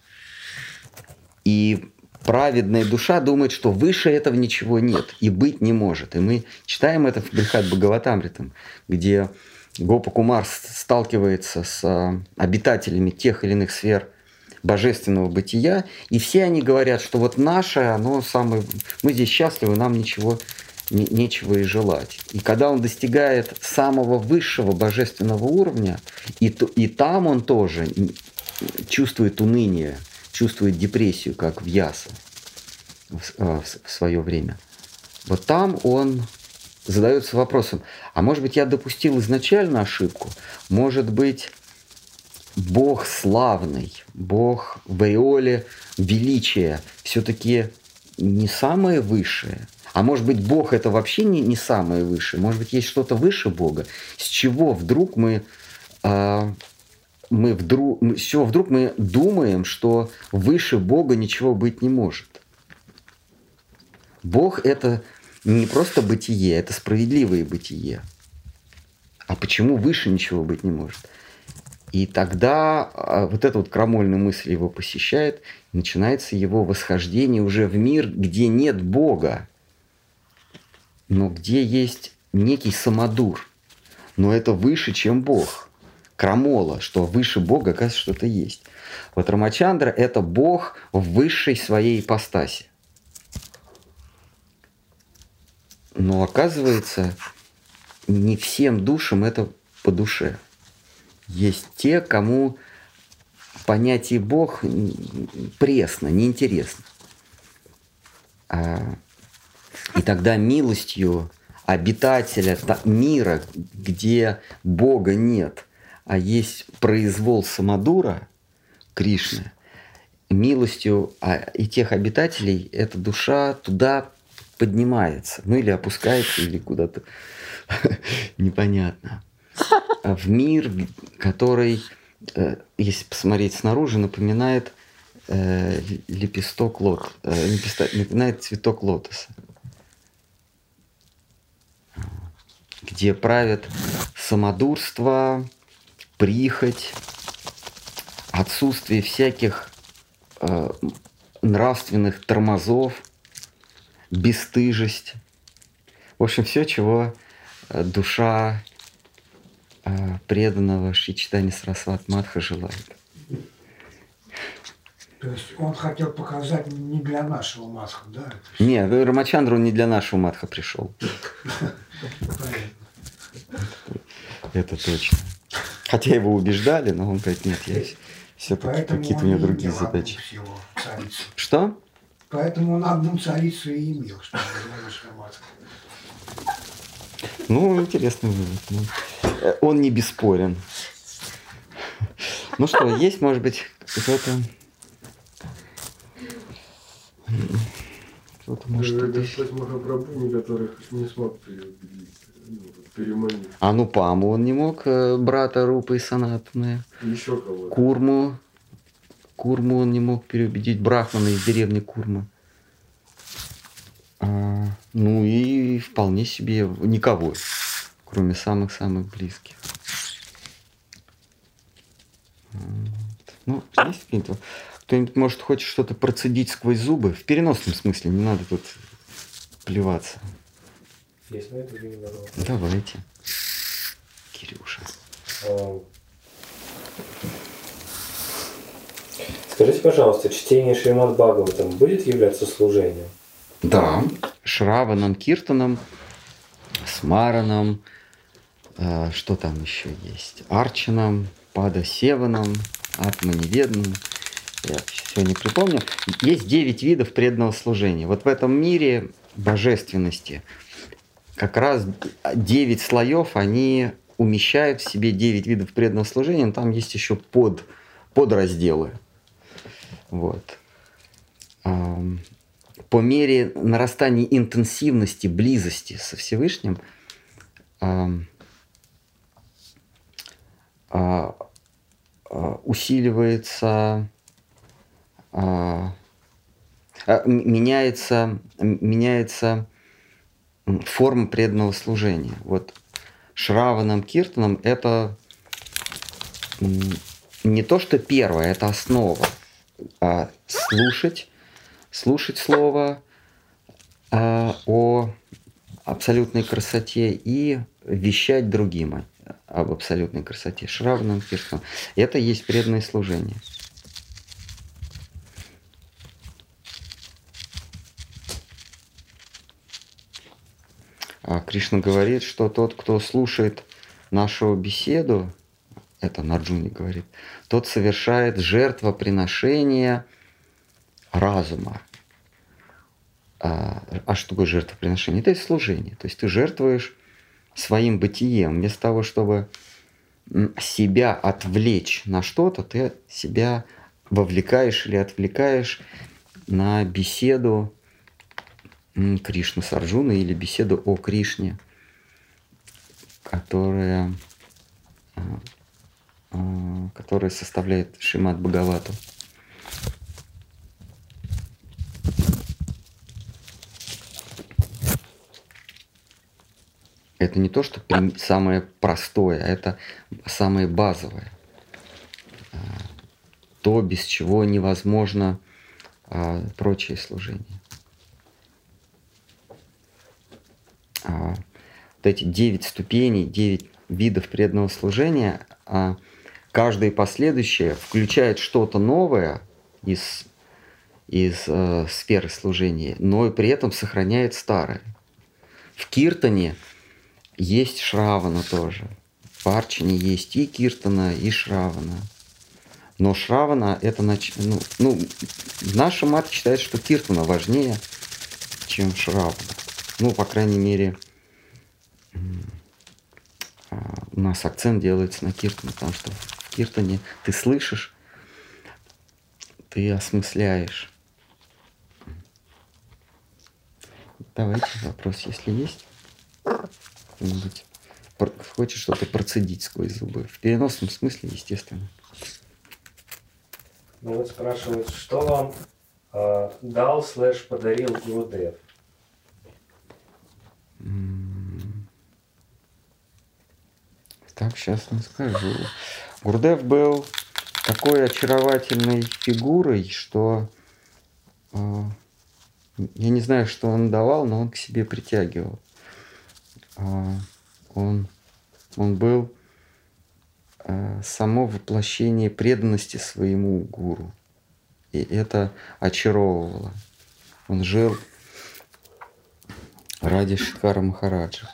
И праведная душа думает, что выше этого ничего нет и быть не может. И мы читаем это в Брихат Бхагаватамритам, где Гопа Кумар сталкивается с обитателями тех или иных сфер божественного бытия, и все они говорят, что вот наше, оно самое, мы здесь счастливы, нам ничего, не, нечего и желать. И когда он достигает самого высшего божественного уровня, и, и там он тоже чувствует уныние, чувствует депрессию, как в Яса в, в, в свое время. Вот там он задается вопросом, а может быть, я допустил изначально ошибку? Может быть, Бог славный, Бог в ореоле величия все-таки не самое высшее? А может быть, Бог это вообще не, не самое высшее? Может быть, есть что-то выше Бога? С чего вдруг мы, э, мы вдруг, с чего вдруг мы думаем, что выше Бога ничего быть не может? Бог это не просто бытие, это справедливое бытие. А почему выше ничего быть не может? И тогда вот эта вот крамольная мысль его посещает, и начинается его восхождение уже в мир, где нет Бога, но где есть некий самодур. Но это выше, чем Бог. Крамола, что выше Бога, оказывается, что-то есть. Вот Рамачандра – это Бог в высшей своей ипостаси. Но оказывается, не всем душам это по душе. Есть те, кому понятие Бог пресно, неинтересно. И тогда милостью обитателя мира, где Бога нет, а есть произвол Самадура, Кришны, милостью и тех обитателей эта душа туда поднимается, ну или опускается, или куда-то непонятно. В мир, который, если посмотреть снаружи, напоминает э, лепесток лот, э, лепесток, напоминает цветок лотоса, где правят самодурство, прихоть, отсутствие всяких э, нравственных тормозов, бесстыжесть. В общем, все, чего душа преданного Шри Чайтанья Сарасвати Мадха желает. То есть он хотел показать не для нашего Мадха, да? Нет, Рамачандра он не для нашего Мадха пришел. Это точно. Хотя его убеждали, но он говорит, нет, я все-таки какие-то у меня другие задачи. Что? Поэтому он одну царицу и имел, чтобы для нашего Мадха. Ну, интересный вывод. Он не бесспорен. Ну что, есть, может быть, кто-то... Кто-то может... Господь Махапрабху, некоторых не смог переманить. А ну Паму он не мог, брата Рупы и Санатаны. Еще кого-то. Курму. Курму он не мог переубедить, Брахмана из деревни Курма. А, ну и вполне себе никого, кроме самых-самых близких. Ну, есть какие-то... Кто-нибудь, может, хочет что-то процедить сквозь зубы? В переносном смысле, не надо тут плеваться. Есть на это время народа? Давайте. Кирюша. А... Скажите, пожалуйста, чтение Шримад Бхагаватам будет являться служением? Да, Шраванам, Киртаном, Смараном, э, что там еще есть? Арчаном, Падасеваном, Атманеведным. Я все не припомню. Есть девять видов преданного служения. Вот в этом мире божественности как раз девять слоев, они умещают в себе девять видов преданного служения, но там есть еще под, подразделы. Вот. По мере нарастания интенсивности, близости со Всевышним, усиливается, а, а, меняется, меняется форма преданного служения. Вот Шраванам, Киртанам это не то, что первое, это основа. А слушать, слушать слово а, о абсолютной красоте и вещать другим об абсолютной красоте. Шраванам, Киртанам. Это есть преданное служение. А Кришна говорит, что тот, кто слушает нашу беседу, это Нарджуне говорит, тот совершает жертвоприношение разума. А, а что такое жертвоприношение? Это служение. То есть ты жертвуешь своим бытием. Вместо того, чтобы себя отвлечь на что-то, ты себя вовлекаешь или отвлекаешь на беседу Кришны с Арджуной или беседу о Кришне, которая, которая составляет Шримад Бхагавату. Это не то, что самое простое, а это самое базовое. То, без чего невозможно прочее служение. Вот эти девять ступеней, девять видов преданного служения, каждое последующее включает что-то новое из, из э, сферы служения, но и при этом сохраняет старое. В киртане есть шравана тоже. В арчане есть и киртана, и шравана. Но шравана это... Нач... Ну, ну, наша мат считает, что киртана важнее, чем шравана. Ну, по крайней мере, у нас акцент делается на киртане, потому что в киртане ты слышишь, ты осмысляешь. Давайте вопрос, если есть. Кто-нибудь хочет что-то процедить сквозь зубы. В переносном смысле, естественно. Ну вот спрашивают, что вам э, дал слэш подарил Гурудев? Так, сейчас не скажу. Гурудев был такой очаровательной фигурой, что э, я не знаю, что он давал, но он к себе притягивал. Э, он, он был э, само воплощение преданности своему гуру. И это очаровывало. Он жил ради Шидхара Махараджа.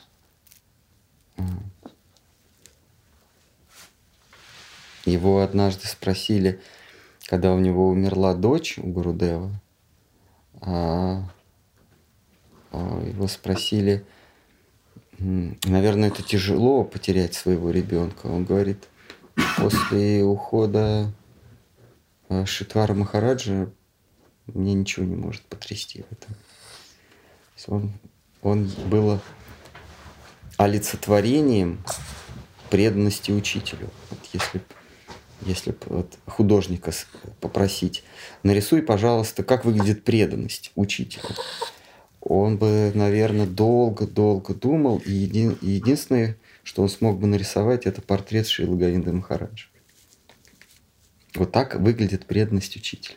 Его однажды спросили, когда у него умерла дочь у Гурудева, а, а его спросили, наверное, это тяжело потерять своего ребенка. Он говорит, после ухода Шидхара Махараджа мне ничего не может потрясти в этом. Он, он был олицетворением преданности учителю. Вот если Если вот художника попросить, нарисуй, пожалуйста, как выглядит преданность учителя. Он бы, наверное, долго-долго думал, и еди... единственное, что он смог бы нарисовать, это портрет Шрилы Говинды Махараджа. Вот так выглядит преданность учителя.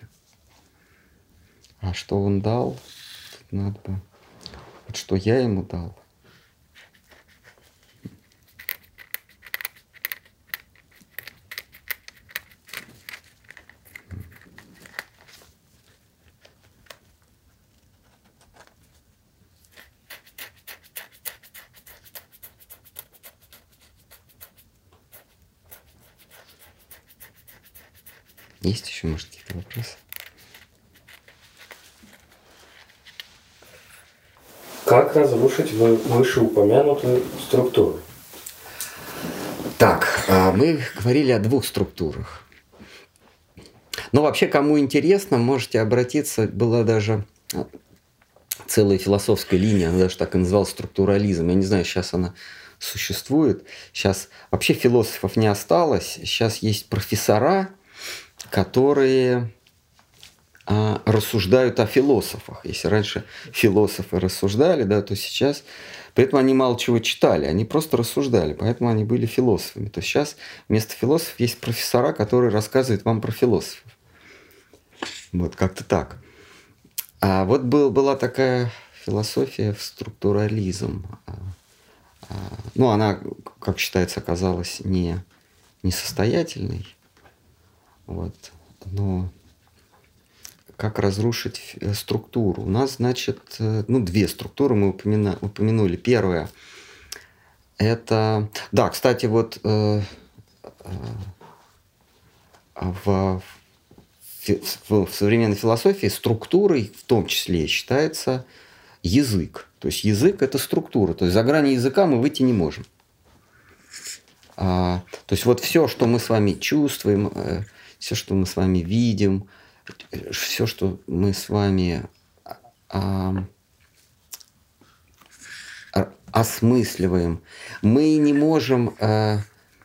А что он дал? Тут надо бы... Вот что я ему дал. Есть еще, может, какие-то вопросы? Как разрушить вышеупомянутую структуру? Так, мы говорили о двух структурах. Но вообще, кому интересно, можете обратиться. Была даже целая философская линия, она даже так и называлась структурализм. Я не знаю, сейчас она существует. Сейчас вообще философов не осталось. Сейчас есть профессора, которые а, рассуждают о философах. Если раньше философы рассуждали, да, то сейчас... При этом они мало чего читали, они просто рассуждали, поэтому они были философами. То сейчас вместо философов есть профессора, которые рассказывают вам про философов. Вот как-то так. А вот был, была такая философия в структурализм. Ну, она, как считается, оказалась не, несостоятельной. Вот. Но как разрушить структуру? У нас, значит, ну, две структуры мы упомина, упомянули. Первая – это… Да, кстати, вот э, э, в, в, в современной философии структурой в том числе считается язык. То есть язык – это структура. То есть за грани языка мы выйти не можем. А, то есть вот все, что мы с вами чувствуем, э, все, что мы с вами видим, все, что мы с вами а, а, осмысливаем, мы не можем а,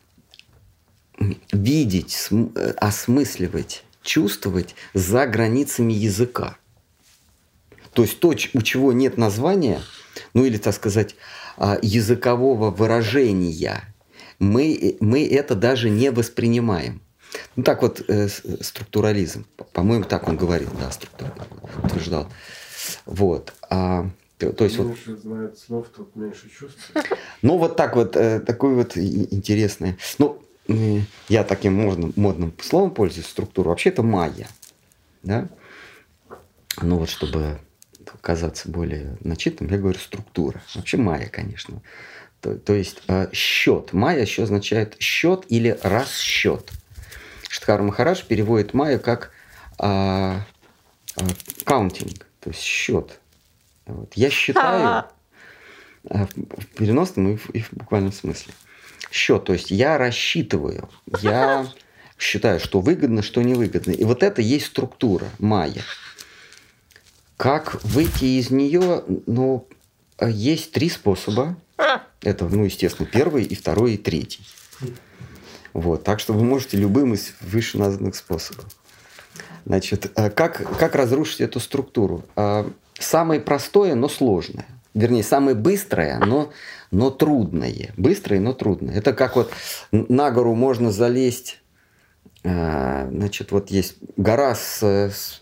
видеть, см, осмысливать, чувствовать за границами языка. То есть то, у чего нет названия, ну или, так сказать, языкового выражения, мы, мы это даже не воспринимаем. Ну так вот, э, структурализм, по-моему, так он говорит, да, структурализм, утверждал. Вот. А, то, то есть меньше вот, знает слов, тут меньше чувств. Ну вот так вот, э, такой вот интересный. Ну, э, я таким модным, модным словом пользуюсь, структура. Вообще это майя, да. Ну вот, чтобы казаться более начитанным, я говорю структура. Вообще майя, конечно. То, то есть э, счет. Майя еще означает счет или расчет. Штхар Махарадж переводит майя как а, а, counting, то есть счет. Вот. Я считаю а, в переносном и в, и в буквальном смысле. Счет, то есть я рассчитываю, я считаю, что выгодно, что невыгодно. И вот это есть структура майя. Как выйти из нее? Ну, есть три способа. Это, ну, естественно, первый, и второй, и третий. Вот, так что вы можете любым из вышеназванных способов. Значит, как, как разрушить эту структуру? Самое простое, но сложное. Вернее, самое быстрое, но, но трудное. Быстрое, но трудное. Это как вот на гору можно залезть. Значит, вот есть гора с, с,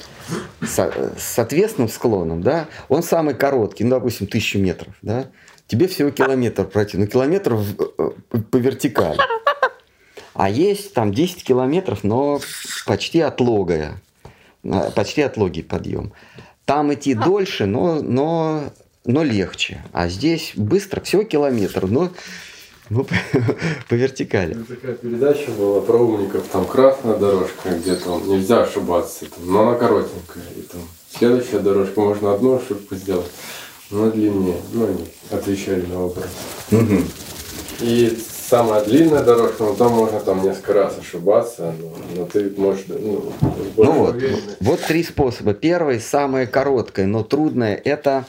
с отвесным склоном, да? Он самый короткий, ну, допустим, тысячу метров, да? Тебе всего километр пройти, ну, километр по вертикали. А есть там десять километров, но почти отлогая, почти отлогий подъем. Там идти дольше, но, но, но легче. А здесь быстро, всего километр, но, но по, по вертикали. Такая передача была про умников, там красная дорожка где-то, нельзя ошибаться, там, но она коротенькая. И там следующая дорожка, можно одну ошибку сделать, но длиннее. Ну, они отвечали на вопрос. Угу. И самая длинная дорожка, но там можно там несколько раз ошибаться, но, но ты можешь... Ну, ну вот, вот три способа. Первый, самое короткое, но трудное, это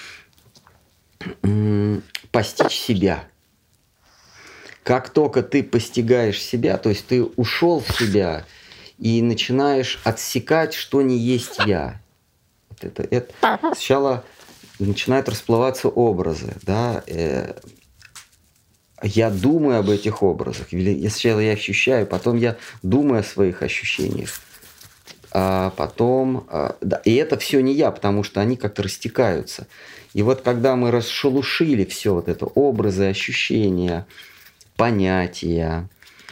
м- постичь себя. Как только ты постигаешь себя, то есть ты ушел в себя и начинаешь отсекать, что не есть я. Вот это, это. Сначала начинают расплываться образы, да, э- я думаю об этих образах. Сначала я ощущаю, потом я думаю о своих ощущениях. А потом... Да, и это все не я, потому что они как-то растекаются. И вот когда мы расшелушили все вот это, образы, ощущения, понятия,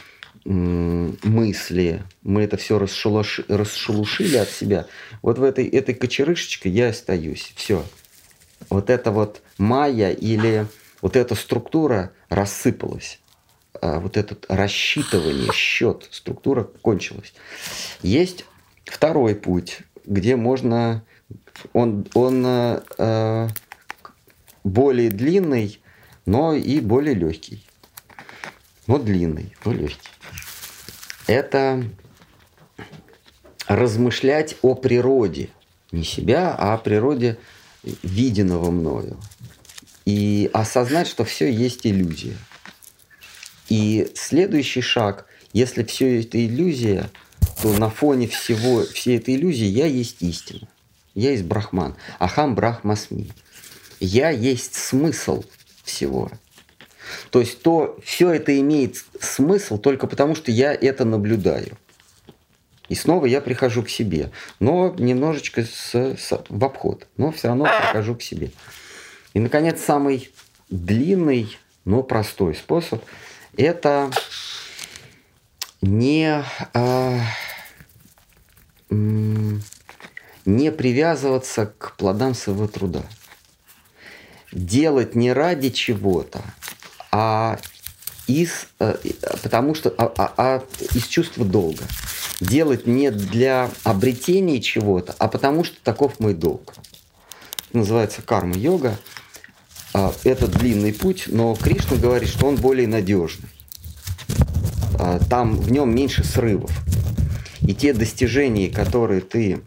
мысли, мы это все расшелуши, расшелушили от себя, вот в этой, этой кочерышечке я остаюсь. Все. Вот это вот майя или... Вот эта структура рассыпалась. Вот это рассчитывание, счет, структура кончилась. Есть второй путь, где можно... Он, он э, более длинный, но и более легкий. Но длинный, но легкий. Это размышлять о природе. Не себя, а о природе виденного мною. И осознать, что все есть иллюзия. И следующий шаг, если все это иллюзия, что на фоне всего, всей этой иллюзии я есть истина. Я есть Брахман. Ахам Брахмасми. Я есть смысл всего. То есть то, все это имеет смысл только потому, что я это наблюдаю. И снова я прихожу к себе. Но немножечко с, с, в обход. Но все равно прихожу к себе. И, наконец, самый длинный, но простой способ – это не, а, не привязываться к плодам своего труда. Делать не ради чего-то, а из, потому что, а, а, а из чувства долга. Делать не для обретения чего-то, а потому что таков мой долг. Это называется карма-йога. Это длинный путь, но Кришна говорит, что он более надежный. Там в нем меньше срывов. И те достижения, которые ты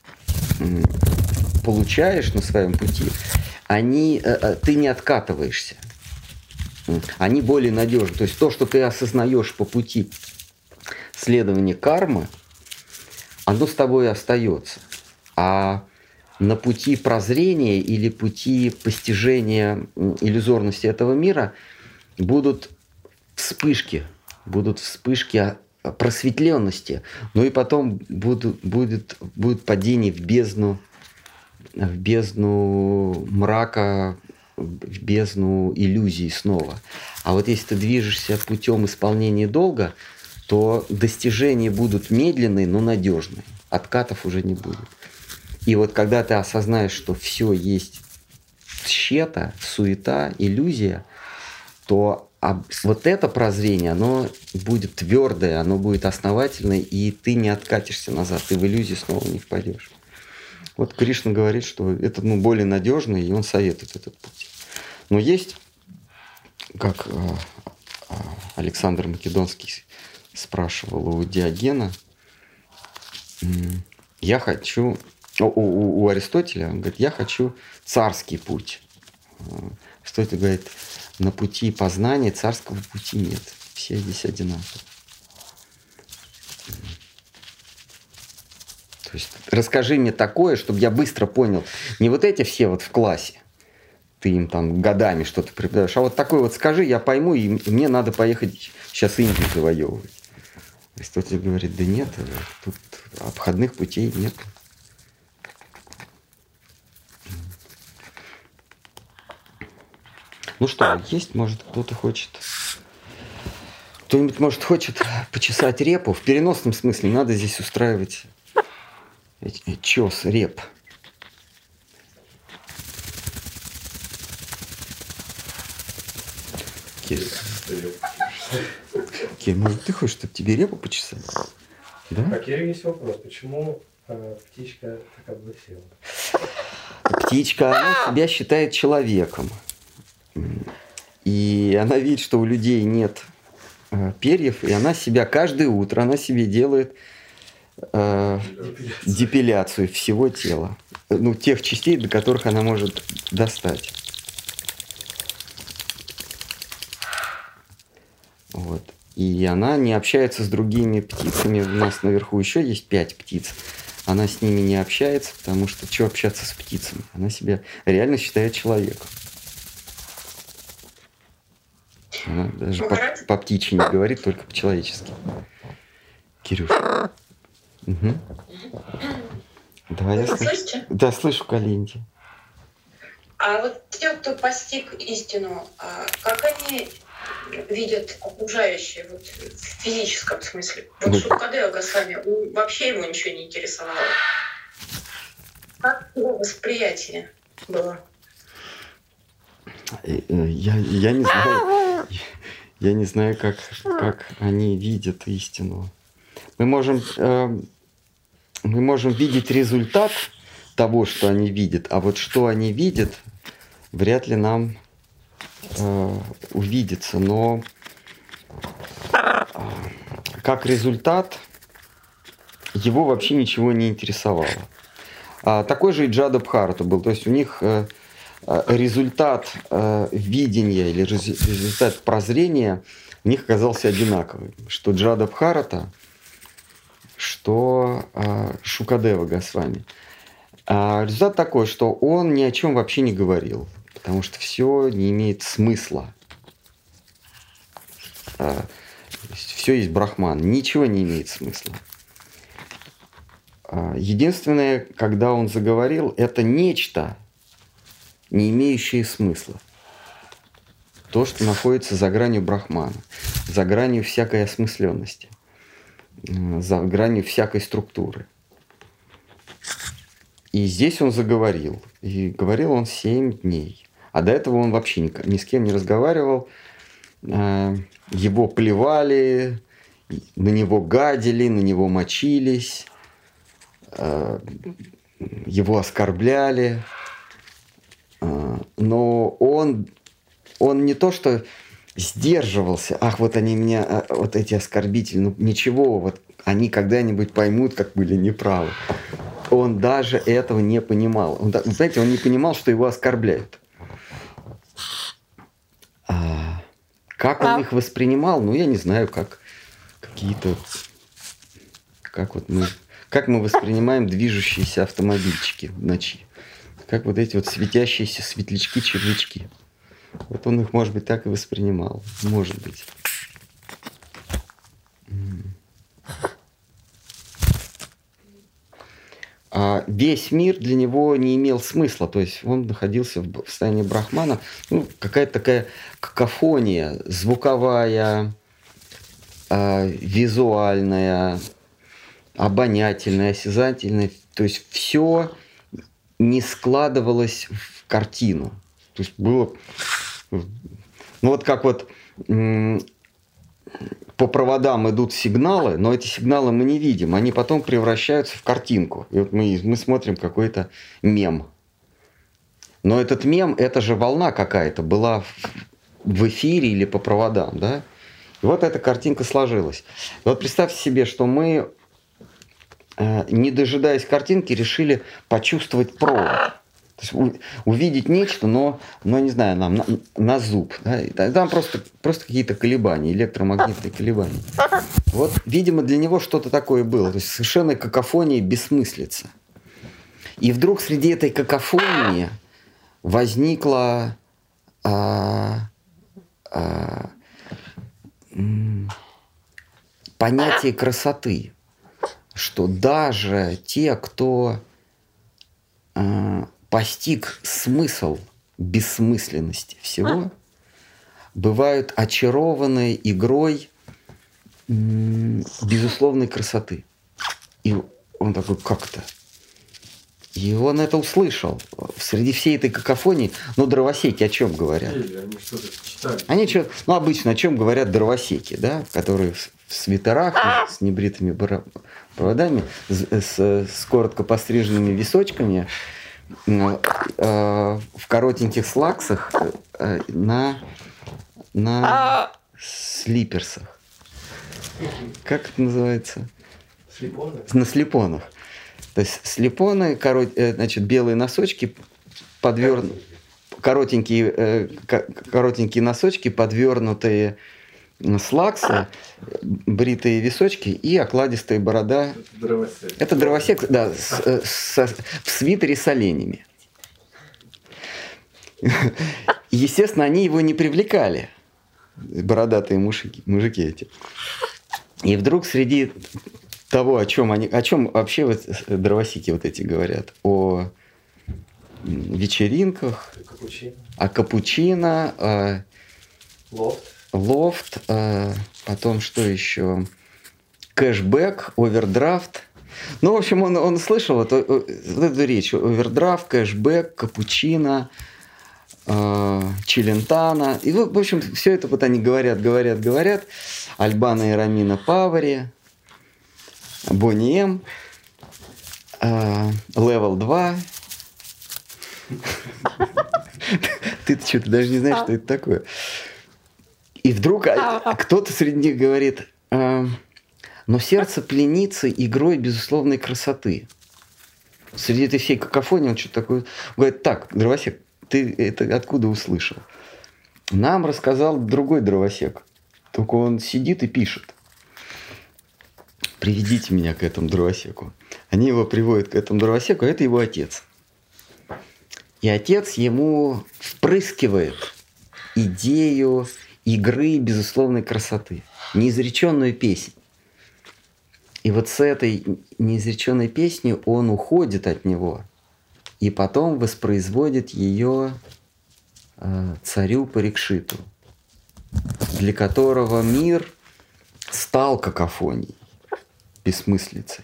получаешь на своем пути, они, ты не откатываешься. Они более надежны. То есть то, что ты осознаешь по пути следования кармы, оно с тобой остается. А на пути прозрения или пути постижения иллюзорности этого мира будут вспышки, будут вспышки просветленности, но и потом будут, будет, будет падение в бездну, в бездну мрака, в бездну иллюзий снова. А вот если ты движешься путем исполнения долга, то достижения будут медленные, но надежные. Откатов уже не будет. И вот когда ты осознаешь, что все есть тщета, суета, иллюзия, то вот это прозрение, оно будет твердое, оно будет основательное, и ты не откатишься назад, ты в иллюзии снова не впадешь. Вот Кришна говорит, что это ну, более надежно, и он советует этот путь. Но есть, как Александр Македонский спрашивал у Диогена, я хочу... У, у, у Аристотеля, он говорит, я хочу царский путь. Аристотель говорит, на пути познания царского пути нет. Все здесь одинаковые. То есть расскажи мне такое, чтобы я быстро понял. Не вот эти все вот в классе, ты им там годами что-то преподаешь, а вот такое вот скажи, я пойму, и мне надо поехать сейчас Индию завоевывать. Аристотель говорит, да нет, тут обходных путей нет. Ну что, есть, может, кто-то хочет... Кто-нибудь, может, хочет почесать репу? В переносном смысле не надо здесь устраивать чес, реп. Кир, Кир, может, ты хочешь, чтобы тебе репу почесать? Да? А Кир, есть вопрос. Почему э, птичка так облысела? Птичка, она себя считает человеком. И она видит, что у людей нет э, перьев, и она себя каждое утро, она себе делает э, депиляцию. депиляцию всего тела. Ну, тех частей, до которых она может достать. Вот. И она не общается с другими птицами. У нас наверху еще есть пять птиц. Она с ними не общается, потому что что общаться с птицами? Она себя реально считает человеком. Она даже по, по птичьи не говорит, только по-человечески. Кирюш. Угу. Давай я слышу. Да, слышу, Калинди. А вот те, кто постиг истину, как они видят окружающее вот, в физическом смысле? Вот Шукадева Госвами, вообще его ничего не интересовало. Как его восприятие было? Я, я не знаю, я не знаю, как, как они видят истину. Мы можем, э, мы можем видеть результат того, что они видят, а вот что они видят, вряд ли нам э, увидится. Но э, как результат его вообще ничего не интересовало. А такой же и Джада Бхарата был. То есть у них э, результат э, видения или результат прозрения у них оказался одинаковым. Что Джада Бхарата, что э, Шукадева Госвами. А результат такой, что он ни о чем вообще не говорил, потому что все не имеет смысла. А, все есть брахман, ничего не имеет смысла. А, единственное, когда он заговорил, это нечто, не имеющее смысла. То, что находится за гранью брахмана, за гранью всякой осмысленности, за гранью всякой структуры. И здесь он заговорил. И говорил он семь дней. А до этого он вообще ни, ни с кем не разговаривал. Его плевали, на него гадили, на него мочились, его оскорбляли. Но он, он не то что сдерживался. Ах, вот они меня, вот эти оскорбители. Ну ничего, вот они когда-нибудь поймут, как были неправы. Он даже этого не понимал. Он, знаете, он не понимал, что его оскорбляют. А как он их воспринимал? Ну, я не знаю, как какие-то... Как вот мы... Как мы воспринимаем движущиеся автомобильчики в ночи. Как вот эти вот светящиеся светлячки-червячки. Вот он их, может быть, так и воспринимал. Может быть. А весь мир для него не имел смысла, то есть он находился в состоянии брахмана, ну, какая-то такая какофония, звуковая, э, визуальная, обонятельная, осязательная, то есть все не складывалось в картину. То есть было, ну вот как вот м- по проводам идут сигналы, но эти сигналы мы не видим. Они потом превращаются в картинку. И вот мы, мы смотрим какой-то мем. Но этот мем, это же волна какая-то была в, в эфире или по проводам. Да? И вот эта картинка сложилась. И вот представьте себе, что мы, э, не дожидаясь картинки, решили почувствовать провод. То есть увидеть нечто, но, но не знаю, нам на, на зуб. Да? Там просто, просто какие-то колебания, электромагнитные колебания. Вот, видимо, для него что-то такое было. То есть совершенно какофония, бессмыслица. И вдруг среди этой какофонии возникло а, а, м, понятие красоты. Что даже те, кто... А, постиг смысл бессмысленности всего, бывают очарованы игрой м- безусловной красоты. И он такой, как-то. И он это услышал. Среди всей этой какофонии, ну, дровосеки о чем говорят? Они что-то читали. Они что, ну, обычно о чем говорят дровосеки, да, которые в, в свитерах с небритыми проводами, с, с, с коротко постриженными височками, в коротеньких слаксах на, на слиперсах. Как это называется? Слипоны? На слипонах. То есть слипоны, корот, значит, белые носочки, подверну, коротенькие, коротенькие носочки, подвернутые слаксы, бритые височки и окладистая борода. Дровосек. Это дровосек, да, с, с, в свитере с оленями. Естественно, они его не привлекали, бородатые мужики, мужики эти. И вдруг среди того, о чем они, о чем вообще вот дровосеки вот эти говорят, о вечеринках, Капучино. о капучино, о Лофт. лофт, э, потом что еще? Кэшбэк, овердрафт. Ну, в общем, он, он слышал вот, вот эту речь. Овердрафт, кэшбэк, капучино, э, челентано. И, в общем, все это вот они говорят, говорят, говорят. Альбана и Рамина Павари, Бонни М, э, Левел два. Ты-то что-то даже не знаешь, что это такое. И вдруг кто-то среди них говорит, э, но сердце пленится игрой безусловной красоты. Среди этой всей какофонии он что-то такое... Говорит, так, дровосек, ты это откуда услышал? Нам рассказал другой дровосек. Только он сидит и пишет. приведите меня к этому дровосеку. Они его приводят к этому дровосеку, а это его отец. И отец ему впрыскивает идею игры безусловной красоты, неизреченную песнь. И вот с этой неизреченной песней он уходит от него и потом воспроизводит ее э, царю Парикшиту, для которого мир стал какофонией, бессмыслицей.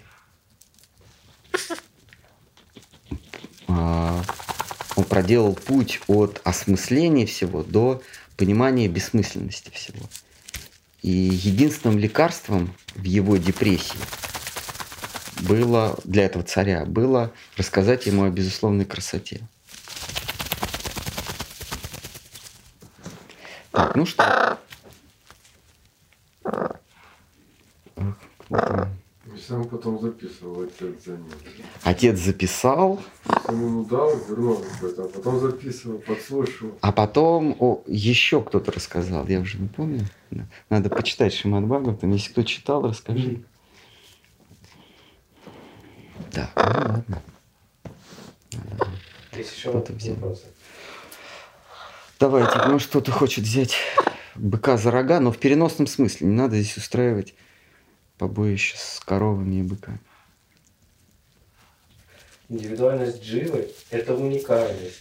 А, он проделал путь от осмысления всего до понимания бессмысленности всего. И единственным лекарством в его депрессии было, для этого царя, было рассказать ему о безусловной красоте. Так, ну что? И сам потом записывал, отец за ним. Отец записал. Он ему дал, вернул какой-то, а потом записывал, подслушивал. А потом о, еще кто-то рассказал, я уже не помню. Надо почитать Шримад Бхагаватам. Если кто читал, расскажи. Так, ну ладно. Надо Есть еще кто-то взять. вопросы? Давайте, может, кто-то хочет взять быка за рога, но в переносном смысле. Не надо здесь устраивать побоище с коровами и быками. Индивидуальность дживы – это уникальность.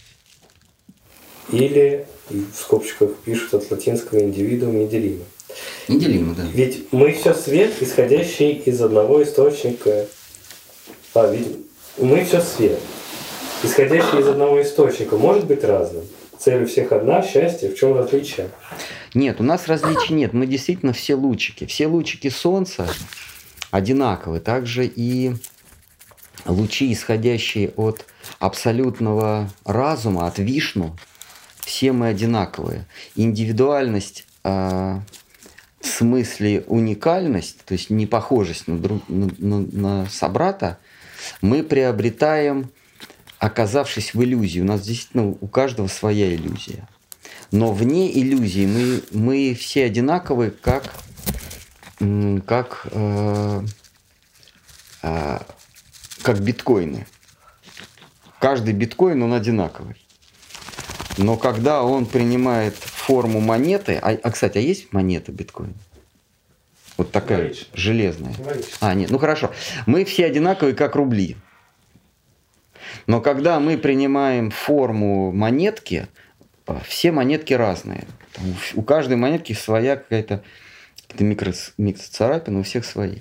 Или, в скобочках пишут от латинского индивидуум неделимо. Неделимо, да. Ведь мы все свет, исходящий из одного источника. А, ведь мы все свет, исходящий из одного источника, может быть разным. Цель у всех одна, счастье, в чем различие? Нет, у нас различий нет. Мы действительно все лучики. Все лучики Солнца одинаковы. Также и лучи, исходящие от абсолютного разума, от Вишну, все мы одинаковые. Индивидуальность э, в смысле уникальность, то есть непохожесть на, друг, на, на, на собрата, мы приобретаем, оказавшись в иллюзии. У нас действительно у каждого своя иллюзия. Но вне иллюзии мы, мы все одинаковые, как, как, э, э, как биткоины. Каждый биткоин, он одинаковый. Но когда он принимает форму монеты... А, а кстати, а есть монета биткоин? Вот такая Говорит. Железная. Говорит. А, нет, ну хорошо. Мы все одинаковые, как рубли. Но когда мы принимаем форму монетки, все монетки разные. У каждой монетки своя какая-то микро, микроцарапина, у всех свои.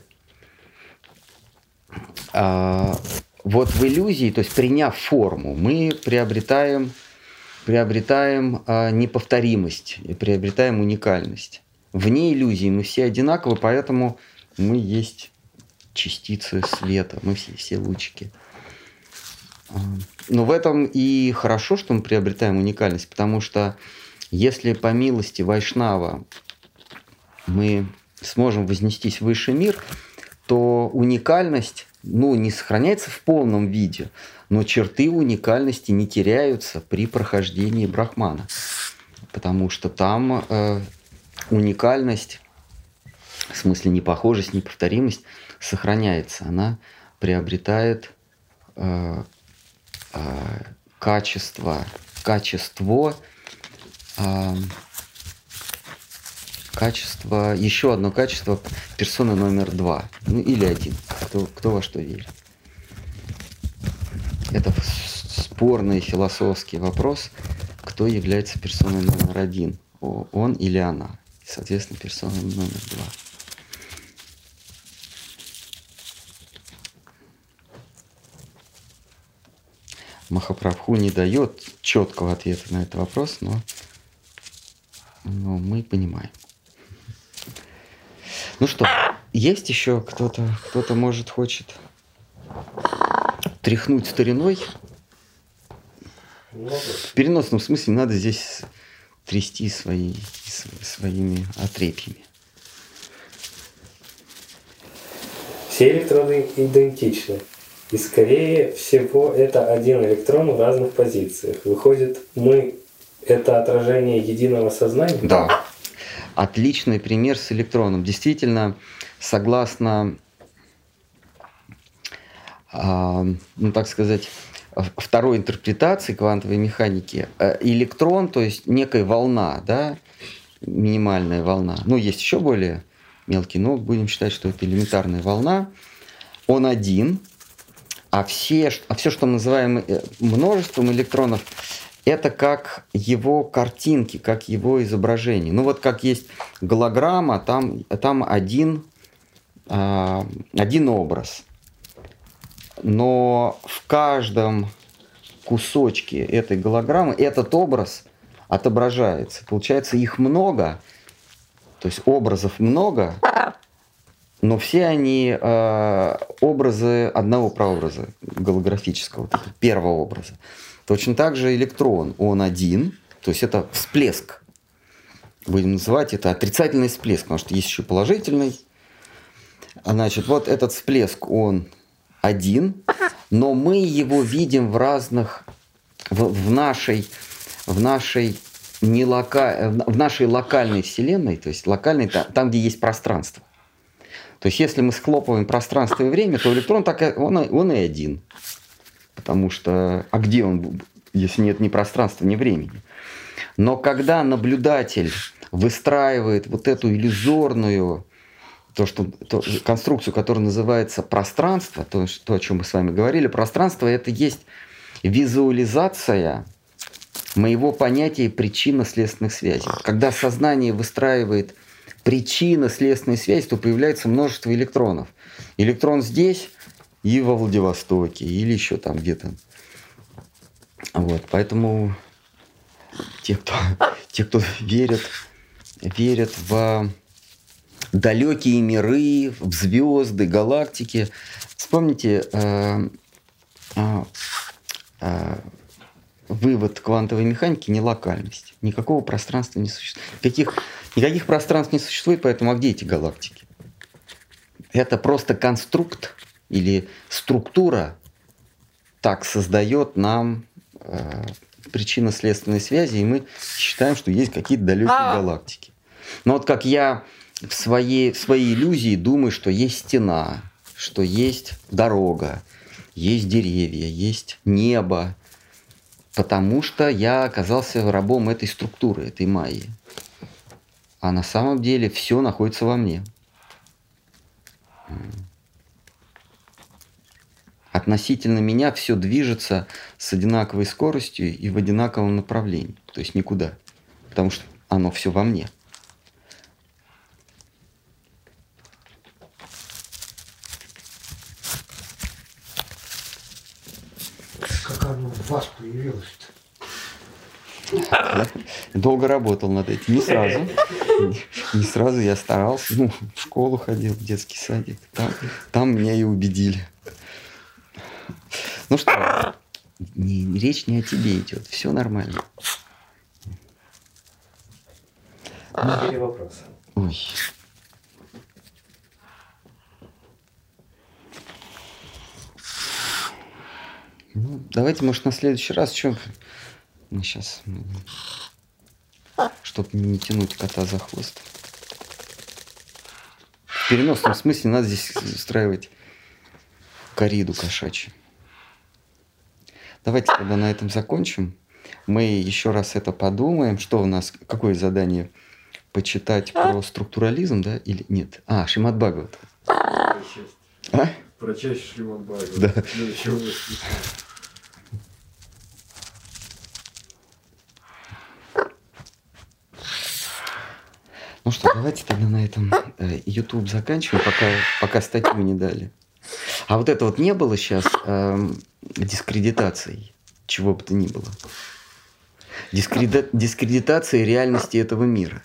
А, вот в иллюзии, то есть приняв форму, мы приобретаем, приобретаем а, неповторимость, и приобретаем уникальность. Вне иллюзии мы все одинаковы, поэтому мы есть частицы света, мы все, все лучики. Но в этом и хорошо, что мы приобретаем уникальность, потому что если по милости Вайшнава мы сможем вознестись в высший мир, то уникальность, ну, не сохраняется в полном виде, но черты уникальности не теряются при прохождении Брахмана, потому что там э, уникальность, в смысле непохожесть, неповторимость, сохраняется, она приобретает э, качество, качество, э, качество, еще одно качество персоны номер два, ну или один, кто, кто во что верит. Это спорный философский вопрос, кто является персоной номер один, он или она, соответственно, персона номер два. Махапрабху не дает четкого ответа на этот вопрос, но, но мы понимаем. Ну что, есть еще кто-то, кто-то, может, хочет тряхнуть стариной? В переносном смысле надо здесь трясти свои, своими отрепьями. Все электроны идентичны. И скорее всего это один электрон в разных позициях. Выходит, мы это отражение единого сознания? Да. Отличный пример с электроном. Действительно, согласно ну, так сказать, второй интерпретации квантовой механики, электрон, то есть некая волна, да, минимальная волна. Ну, есть еще более мелкий, но будем считать, что это элементарная волна. Он один, а все, а все, что мы называем множеством электронов, это как его картинки, как его изображение. Ну, вот как есть голограмма, там, там один, один образ. Но в каждом кусочке этой голограммы этот образ отображается. Получается, их много, то есть образов много, но все они э, образы одного прообраза голографического, первого образа. Точно так же электрон, он один, то есть это всплеск. Будем называть это отрицательный всплеск, потому что есть еще положительный. Значит, вот этот всплеск, он один, но мы его видим в разных, в, в нашей, в нашей не лока, в нашей локальной вселенной, то есть локальной, там, где есть пространство. То есть если мы схлопываем пространство и время, то электрон так и, он, он и один. Потому что, а где он, если нет ни пространства, ни времени? Но когда наблюдатель выстраивает вот эту иллюзорную, то, что, то, конструкцию, которая называется пространство, то, то, о чем мы с вами говорили, пространство — это есть визуализация моего понятия причинно-следственных связей. Когда сознание выстраивает причинно-следственные связи, то появляется множество электронов. Электрон здесь и во Владивостоке, или еще там где-то. Вот, поэтому те, кто, те, кто верят, верят в далекие миры, в звезды, галактики. Вспомните э, э, э, вывод квантовой механики — не локальность. Никакого пространства не существует. Никаких, никаких пространств не существует, поэтому а где эти галактики? Это просто конструкт или структура так создает нам э, причинно-следственные связи, и мы считаем, что есть какие-то далекие галактики. Но вот как я в своей, в своей иллюзии думаю, что есть стена, что есть дорога, есть деревья, есть небо, потому что я оказался рабом этой структуры, этой майи. А на самом деле все находится во мне. Относительно меня все движется с одинаковой скоростью и в одинаковом направлении. То есть никуда. Потому что оно все во мне. Как оно в вас появилось-то? Долго работал над этим. Не сразу. Не сразу я старался. Ну, в школу ходил, в детский садик. Там, там меня и убедили. Ну что, не, речь не о тебе идет. Все нормально. Четыре вопроса. Ой. Ну, давайте, может, на следующий раз. Что мы сейчас... Чтобы не тянуть кота за хвост. В переносном смысле надо здесь устраивать кориду кошачью. Давайте тогда на этом закончим. Мы еще раз это подумаем. Что у нас, какое задание? Почитать про структурализм, да? Или нет? А, Шримад Бхагавата. А? Прочесть Шримад Бхагавата. Да. Ну что, давайте тогда на этом YouTube заканчиваем, пока, пока статью не дали. А вот это вот не было сейчас э, дискредитацией, чего бы то ни было. Дискреди... Дискредитацией реальности этого мира.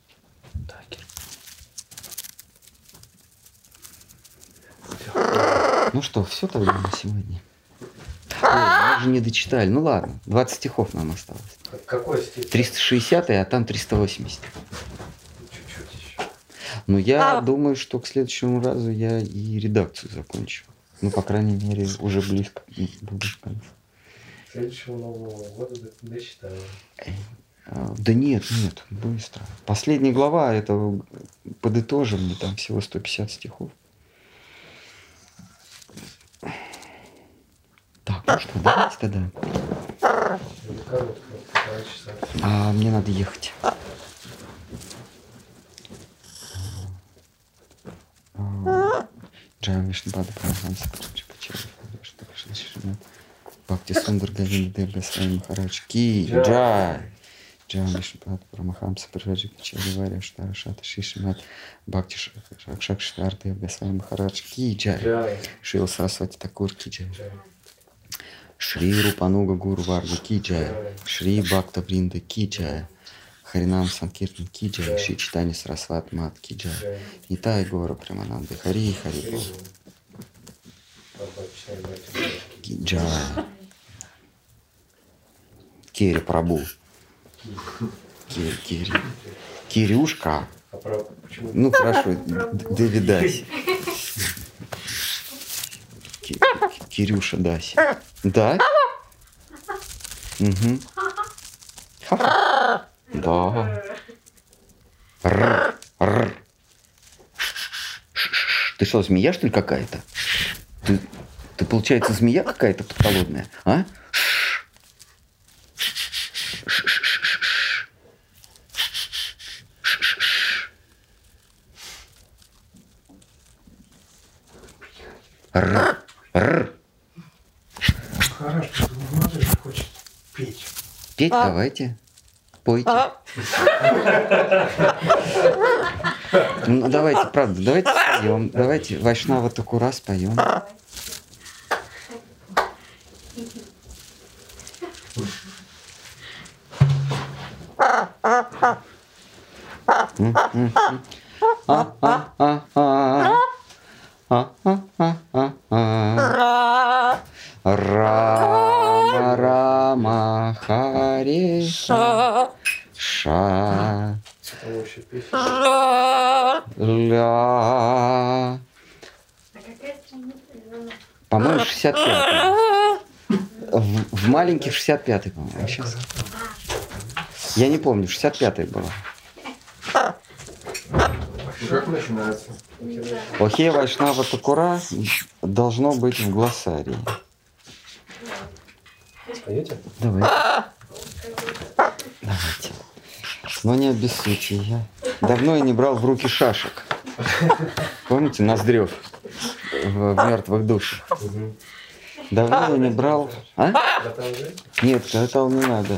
Ну что, все тогда на сегодня? Ой, мы же не дочитали. Ну ладно, двадцать стихов нам осталось. Какой стих? триста шестьдесят, а там триста восемьдесят. Чуть-чуть еще. Ну, я думаю, что к следующему разу я и редакцию закончу. Ну, по крайней мере, уже близко буду к концу. Следующего Нового года дочитаю. Да нет, нет, быстро. Последняя глава, это подытожим, там всего сто пятьдесят стихов. Ну что, давайте тогда. А мне надо ехать. Джай Вишнапада Парамахамса Бхакти Сундар Говинда Дева Госвами Махарадж Ки Джай. Джай Вишнапада Парамахамса Парамахамса Чарвари Штарашата Шишимат Бхакти Шакшар Дева Госвами Махарадж Ки Джай. Шрила Сарасвати Такур Ки Джай. Шри Рупануга Гуру Варга Ки Джай. Шри Бхакта Вринда Ки Джай. Харинам Санкиртан Ки Джай. Шри Читани Сарасват Мат Ки Джай. Нитай Гора Премананды Хари Хари Бол. Ки Джай. Кири Прабу. Кири, Кири. Кирюшка. Ну хорошо, Дэвид Даси. Кирюша Даси. Да? Угу. Ха-ха. Да. Р. Р. Ты что, змея, что ли, какая-то? Ты, ты получается, змея какая-то подколодная, а? Р. Р. Хорошо, Мазур хочет петь. Петь давайте. Пойте. Ну давайте, правда, давайте споем. Давайте Вайшнава Такура споем. Рама Рама Харе Ша Ля. По-моему, шестьдесят пятый. В, в маленький шестьдесят пятый, по-моему. Сейчас. Я не помню, шестьдесят пятый было. Как начинается? Охе Вайшнава Такура должно быть в глоссарии. Споете? Давай. Давайте. Но не обессудьте. Я давно я не брал в руки шашек. Помните, Ноздрев в «Мертвых душах»? Давно я не брал... А? Нет, катал не надо.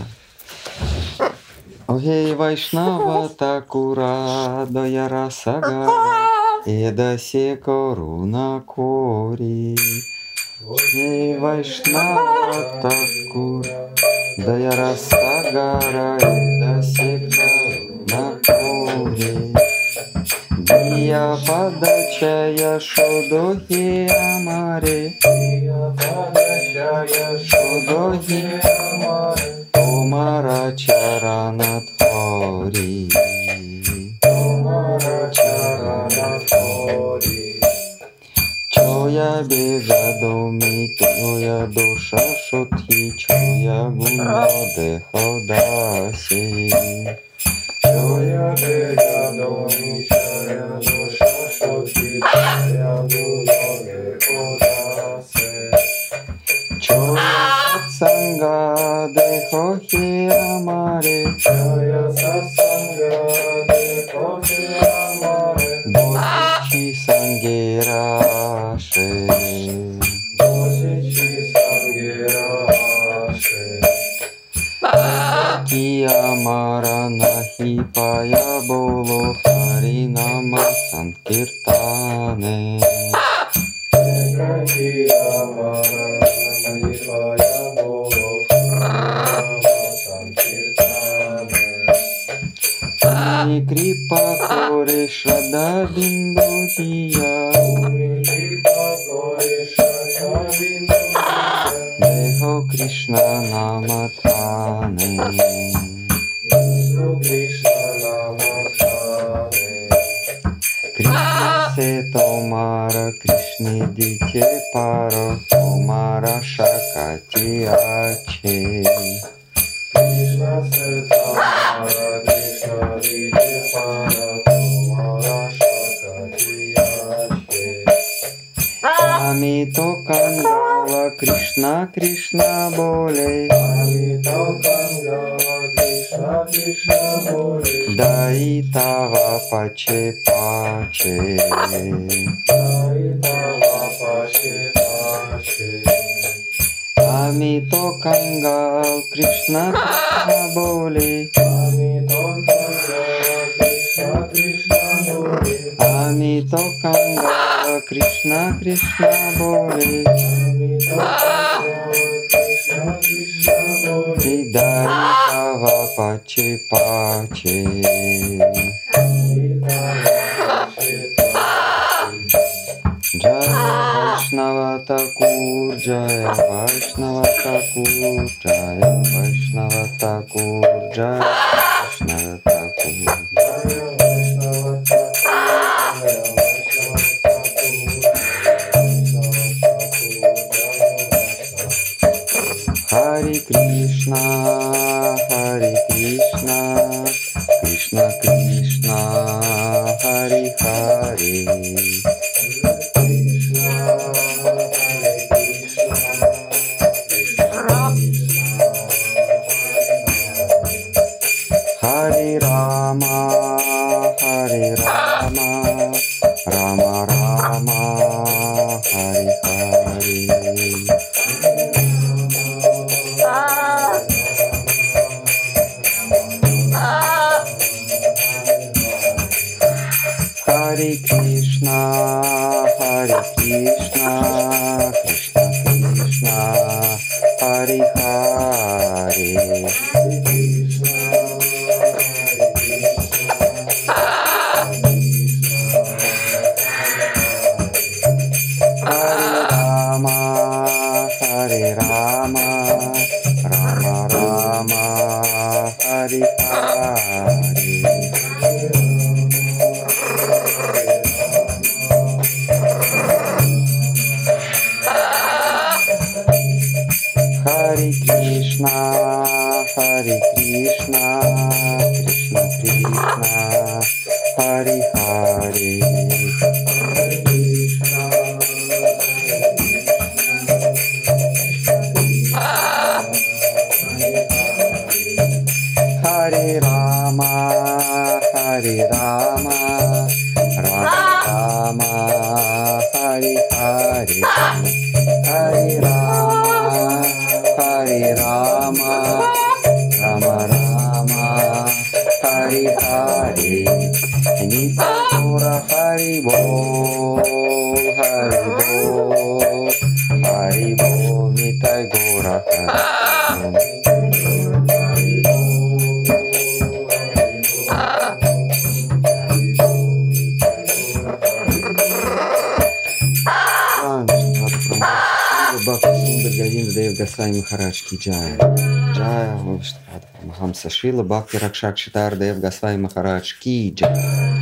Охей Вайшнава Такура Дояра Сагара Эдасе Коруна Кори. Охей Вайшнава Такура Дояра Сагара Эдасе Коруна Кори. Дия Падачая Шодохи Амаре. Дия Падачая Шодохи Амаре. Томара Чаранатхори. Томара Чаранатхори. Чоя Бегадоми, Чоя Душа Шотхи, Чоя Гуна Деходаси. Чоя Бегадоми, Чоя Душа Шотхи, Чоя Гуна Деходаси. Чоя Сатсанга Дехохи Амаре. Чоя Сатсанга Дехохи Амаре. Босичи Сангераше. Босичи Сангераше. Ки Амара Нахи Пая Боло Харинама Санкиртане. Ки Амара Нахи Пая Боло Харинама Санкиртане. Ани Крипа Кори Шада Биндутия. Ани Крипа Кори Шада Биндутия. Дехо Кришна Наматхане. Дехо Кришна Наматхане. Кришна се Томара Кришни Дите Паро Томара Шакати Аче. Кришна се Томара Кришна Дите Паро Томара Шакати Аче. Амито Канда Кангала, Кришна, Кришна боле. Амито Кангала, Кришна, Кришна боле. Дайтава паче паче. Дайтава паче паче. Амито Кангал, Кришна, Кришна боле. Амито Кангала, Кришна, Кришна боле. Амито Кангала, Кришна, Кришна боле. Амито Кангала, Кришна, Кришна боле. Дайтава паче паче. Jaya Vaishnava Thakur, Jaya Vaishnava Thakur, Jaya Vaishnava Thakur, Jaya Vaishnava Thakur. Hare Krishna, Hare Krishna, Krishna Krishna, Hare Hare. Hare Rama, Hare Rama, Rama Rama, Hare Hare. Hare Krishna, Hare Krishna, Krishna Krishna, Hare Hare. Hare Rama, Hare Rama, Rama Rama, Hare Hare. Hare Krishna, Hare Krishna, Krishna Krishna, Hare Hare. Hare Rama, Hare Rama, Rama Rama, Hare Hare. Hare Rama, Hare Rama, Rama Rama, Hare Hare. Nityagora Hari Bol, Hari Bol, Hari Bol, Nityagora Hari Bol. Бхакти Сундар Говинда Дев Госвами Махарадж ки джай. Джай Махамса Шрила Бхакти Ракшакшитар Дев Госвами Махарадж ки джай.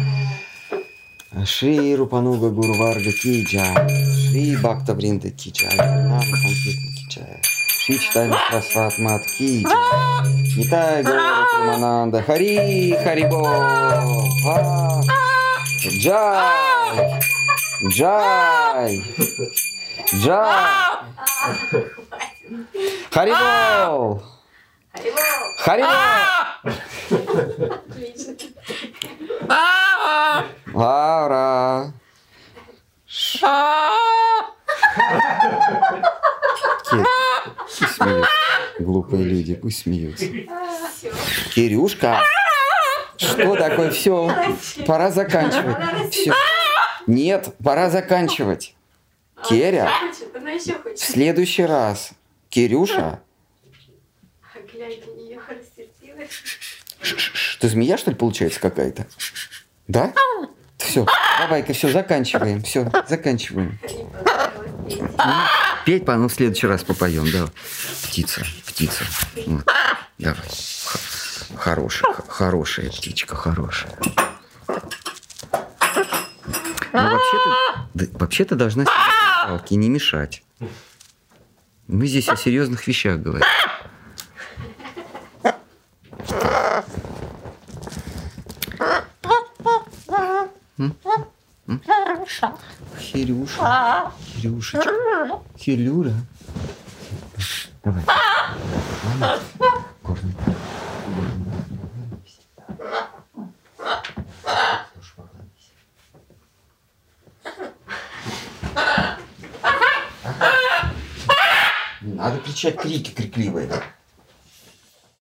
Шри Рупануга Гуру Варга ки джай. Шри Бхакта Вринда ки джай. Нам Конфликт ки джай. Шри Читайна Сарасват Мат ки джай. Нитай Гора Прамананда Хари Харибо. Джай. Джай. Джай! Харибол! Харибол! Лаура! Пусть смеются. Глупые люди, пусть смеются. Кирюшка! Что такое? Все, пора заканчивать. Все. Нет, пора заканчивать. Керя, в следующий раз. Кирюша. Ш-ш-ш, ты змея, что ли, получается какая-то? Да? Все, давай-ка, все, заканчиваем. Все, заканчиваем. Петь, ну, в следующий раз попоем, да. Птица, птица. Вот. Давай. Хорошая, хорошая птичка, хорошая. Ну, вообще-то, да, вообще-то должна сидеть в палке и не мешать. Мы здесь о серьезных вещах говорим. М? М? Хирюша, Хирюшечка, Хирюра. Давай. Давай. Гордон. Гордон. Не надо кричать крики крикливые.